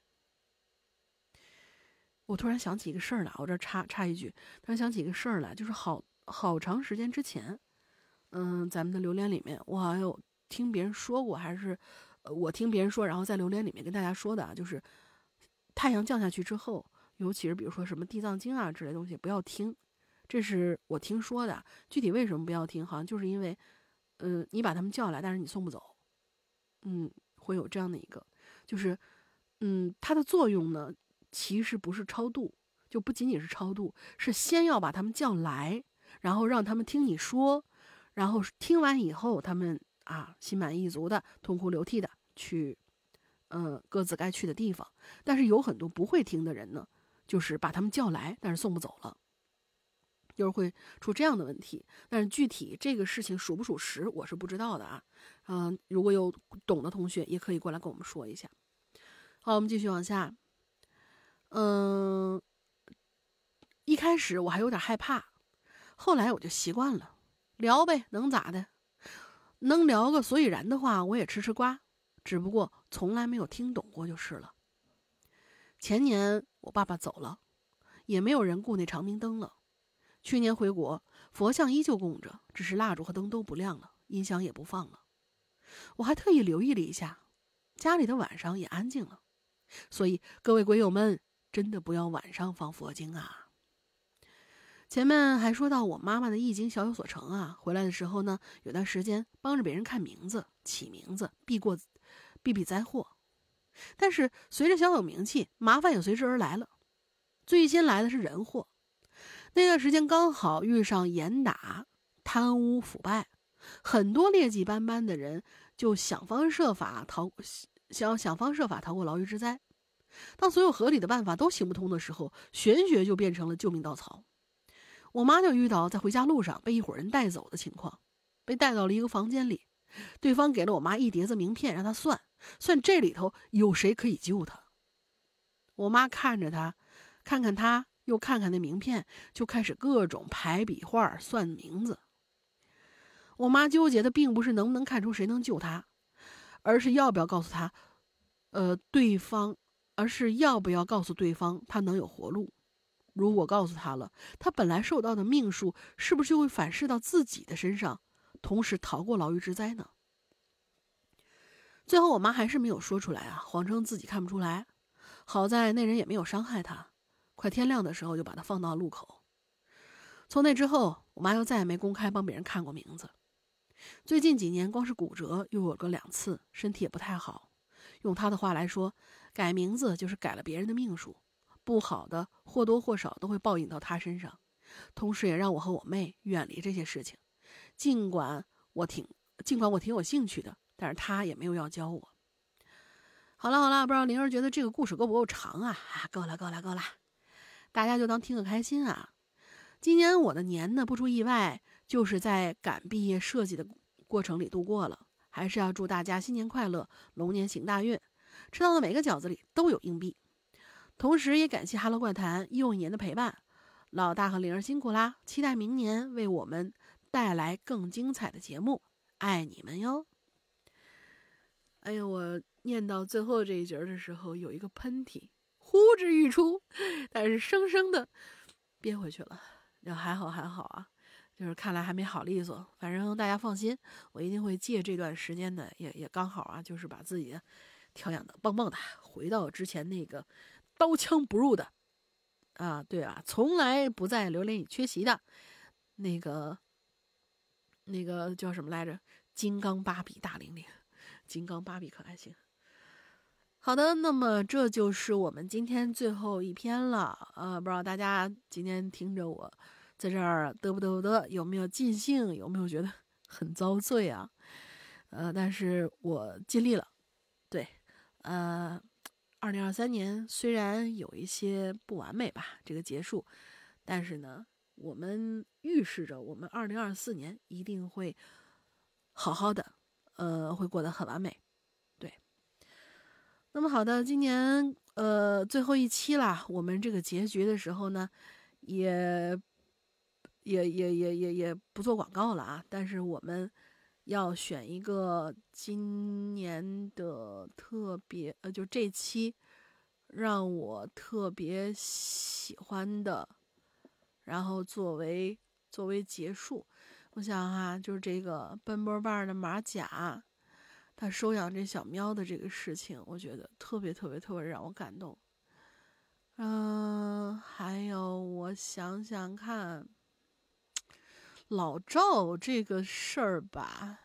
[SPEAKER 2] 我突然想起一个事儿来，我这插一句，突然想起一个事儿来，就是好长时间之前，咱们的榴莲里面，我好像有听别人说过，还是我听别人说，然后在榴莲里面跟大家说的就是太阳降下去之后，尤其是比如说什么地藏经之类的东西不要听，这是我听说的。具体为什么不要听，好像就是因为你把他们叫来，但是你送不走，会有这样的一个，就是它的作用呢其实不是超度，就不仅仅是超度，是先要把他们叫来，然后让他们听你说，然后听完以后他们心满意足的痛哭流涕的去各自该去的地方。但是有很多不会听的人呢，就是把他们叫来，但是送不走了，就是会出这样的问题。但是具体这个事情属不属实我是不知道的如果有懂的同学也可以过来跟我们说一下。好，我们继续往下。 一开始我还有点害怕，后来我就习惯了，聊呗，能咋的？能聊个所以然的话，我也吃吃瓜，只不过从来没有听懂过就是了。前年我爸爸走了，也没有人顾那长明灯了。去年回国，佛像依旧供着，只是蜡烛和灯都不亮了，音响也不放了。我还特意留意了一下，家里的晚上也安静了。所以各位鬼友们，真的不要晚上放佛经啊。前面还说到我妈妈的易经小有所成啊，回来的时候呢，有段时间帮着别人看名字、起名字，避灾祸。但是随着小有名气，麻烦也随之而来了。最先来的是人祸，那段时间刚好遇上严打、贪污腐败，很多劣迹斑斑的人就想方设法逃过牢狱之灾。当所有合理的办法都行不通的时候，玄学就变成了救命稻草。我妈就遇到在回家路上被一伙人带走的情况，被带到了一个房间里，对方给了我妈一叠子名片，让她算这里头有谁可以救她。我妈看着她，看看她，又看看那名片，就开始各种排笔画算名字。我妈纠结的并不是能不能看出谁能救她，而是要不要告诉对方他能有活路。如果告诉他了，他本来受到的命数是不是就会反噬到自己的身上，同时逃过牢狱之灾呢？最后我妈还是没有说出来啊，谎称自己看不出来。好在那人也没有伤害她，快天亮的时候就把她放到路口。从那之后，我妈又再也没公开帮别人看过名字。最近几年光是骨折又有个2次，身体也不太好。用她的话来说，改名字就是改了别人的命数，不好的或多或少都会报应到她身上，同时也让我和我妹远离这些事情。尽管我挺有兴趣的，但是她也没有要教我。好了，不知道灵儿觉得这个故事够不够长啊？够了，大家就当听个开心啊。今年我的年呢，不出意外就是在赶毕业设计的过程里度过了。还是要祝大家新年快乐，龙年行大运，吃到的每个饺子里都有硬币。同时也感谢哈喽怪谈又一年的陪伴，老大和灵儿辛苦啦，期待明年为我们带来更精彩的节目，爱你们哟。哎呦，我念到最后这一节的时候有一个喷嚏呼之欲出，但是生生的憋回去了。还好啊，就是看来还没好利索。反正大家放心，我一定会借这段时间的也刚好啊，就是把自己调养的棒棒的，回到之前那个刀枪不入的对啊，从来不在榴莲里缺席的那个叫什么来着？金刚芭比大玲玲，金刚芭比可爱型。好的，那么这就是我们今天最后一篇了。不知道大家今天听着我在这儿嘚不嘚的，有没有尽兴？有没有觉得很遭罪啊？但是我尽力了。对，2023年虽然有一些不完美吧，这个结束，但是呢，我们预示着我们2024年一定会好好的，会过得很完美。对。那么好的，今年最后一期啦，我们这个结局的时候呢，也不做广告了啊，但是我们要选一个今年的特别就这期让我特别喜欢的，然后作为结束，我想就是这个奔波棒的马甲。他收养这小喵的这个事情，我觉得特别让我感动。还有我想想看，老赵这个事儿吧，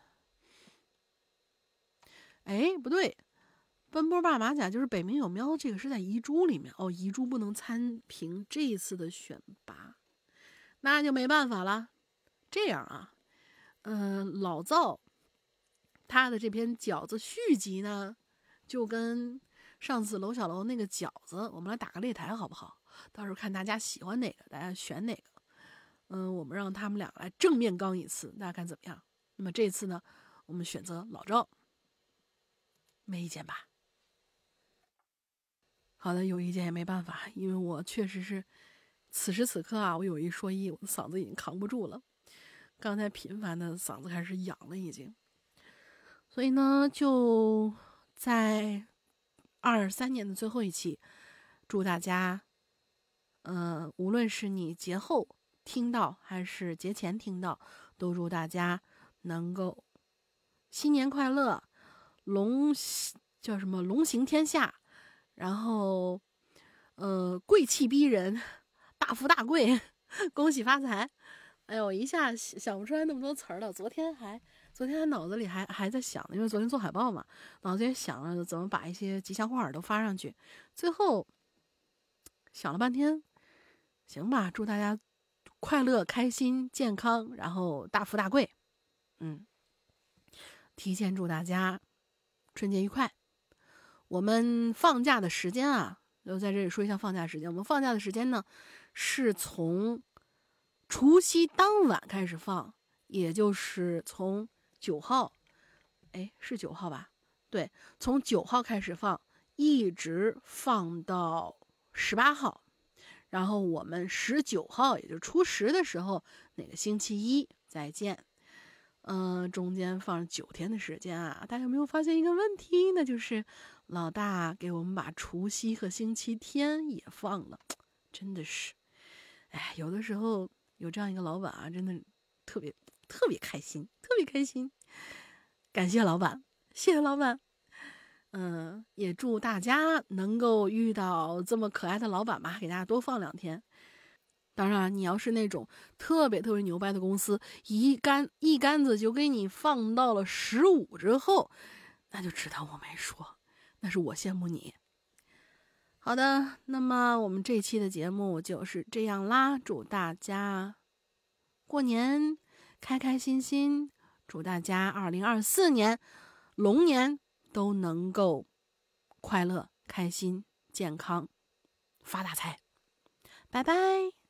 [SPEAKER 2] 不对，奔波霸马甲就是北冥有喵，这个是在遗珠里面遗珠不能参评这一次的选拔，那就没办法了。这样啊，老赵。他的这篇饺子续集呢，就跟上次楼小楼那个饺子，我们来打个擂台好不好？到时候看大家喜欢哪个，大家选哪个。我们让他们俩来正面刚一次，大家看怎么样？那么这次呢，我们选择老赵，没意见吧？好的，有意见也没办法，因为我确实是此时此刻啊，我有一说一，我的嗓子已经扛不住了，刚才频繁的嗓子开始痒了已经。所以呢，就在23年的最后一期，祝大家无论是你节后听到还是节前听到，都祝大家能够新年快乐，龙行天下，然后贵气逼人，大富大贵，恭喜发财。哎呦，一下想不出来那么多词儿了。昨天还脑子里还在想，因为昨天做海报嘛，脑子也想了怎么把一些吉祥话都发上去。最后想了半天，行吧，祝大家快乐、开心、健康，然后大富大贵。提前祝大家春节愉快。我们放假的时间啊，就在这里说一下放假时间。我们放假的时间呢，是从除夕当晚开始放，也就是从9号，是9号吧？对，从9号开始放，一直放到18号。然后我们19号，也就是初10的时候，那个星期一再见。中间放9天的时间啊，大家有没有发现一个问题？那就是老大给我们把除夕和星期天也放了，真的是，有的时候有这样一个老板啊，真的特别开心，特别开心。感谢老板，谢谢老板。也祝大家能够遇到这么可爱的老板吧，给大家多放2天。当然，你要是那种特别牛掰的公司，一竿子就给你放到了15之后，那就知道我没说，那是我羡慕你。好的，那么我们这期的节目就是这样啦，祝大家过年开开心心，祝大家2024年龙年都能够快乐、开心、健康、发大财。拜拜。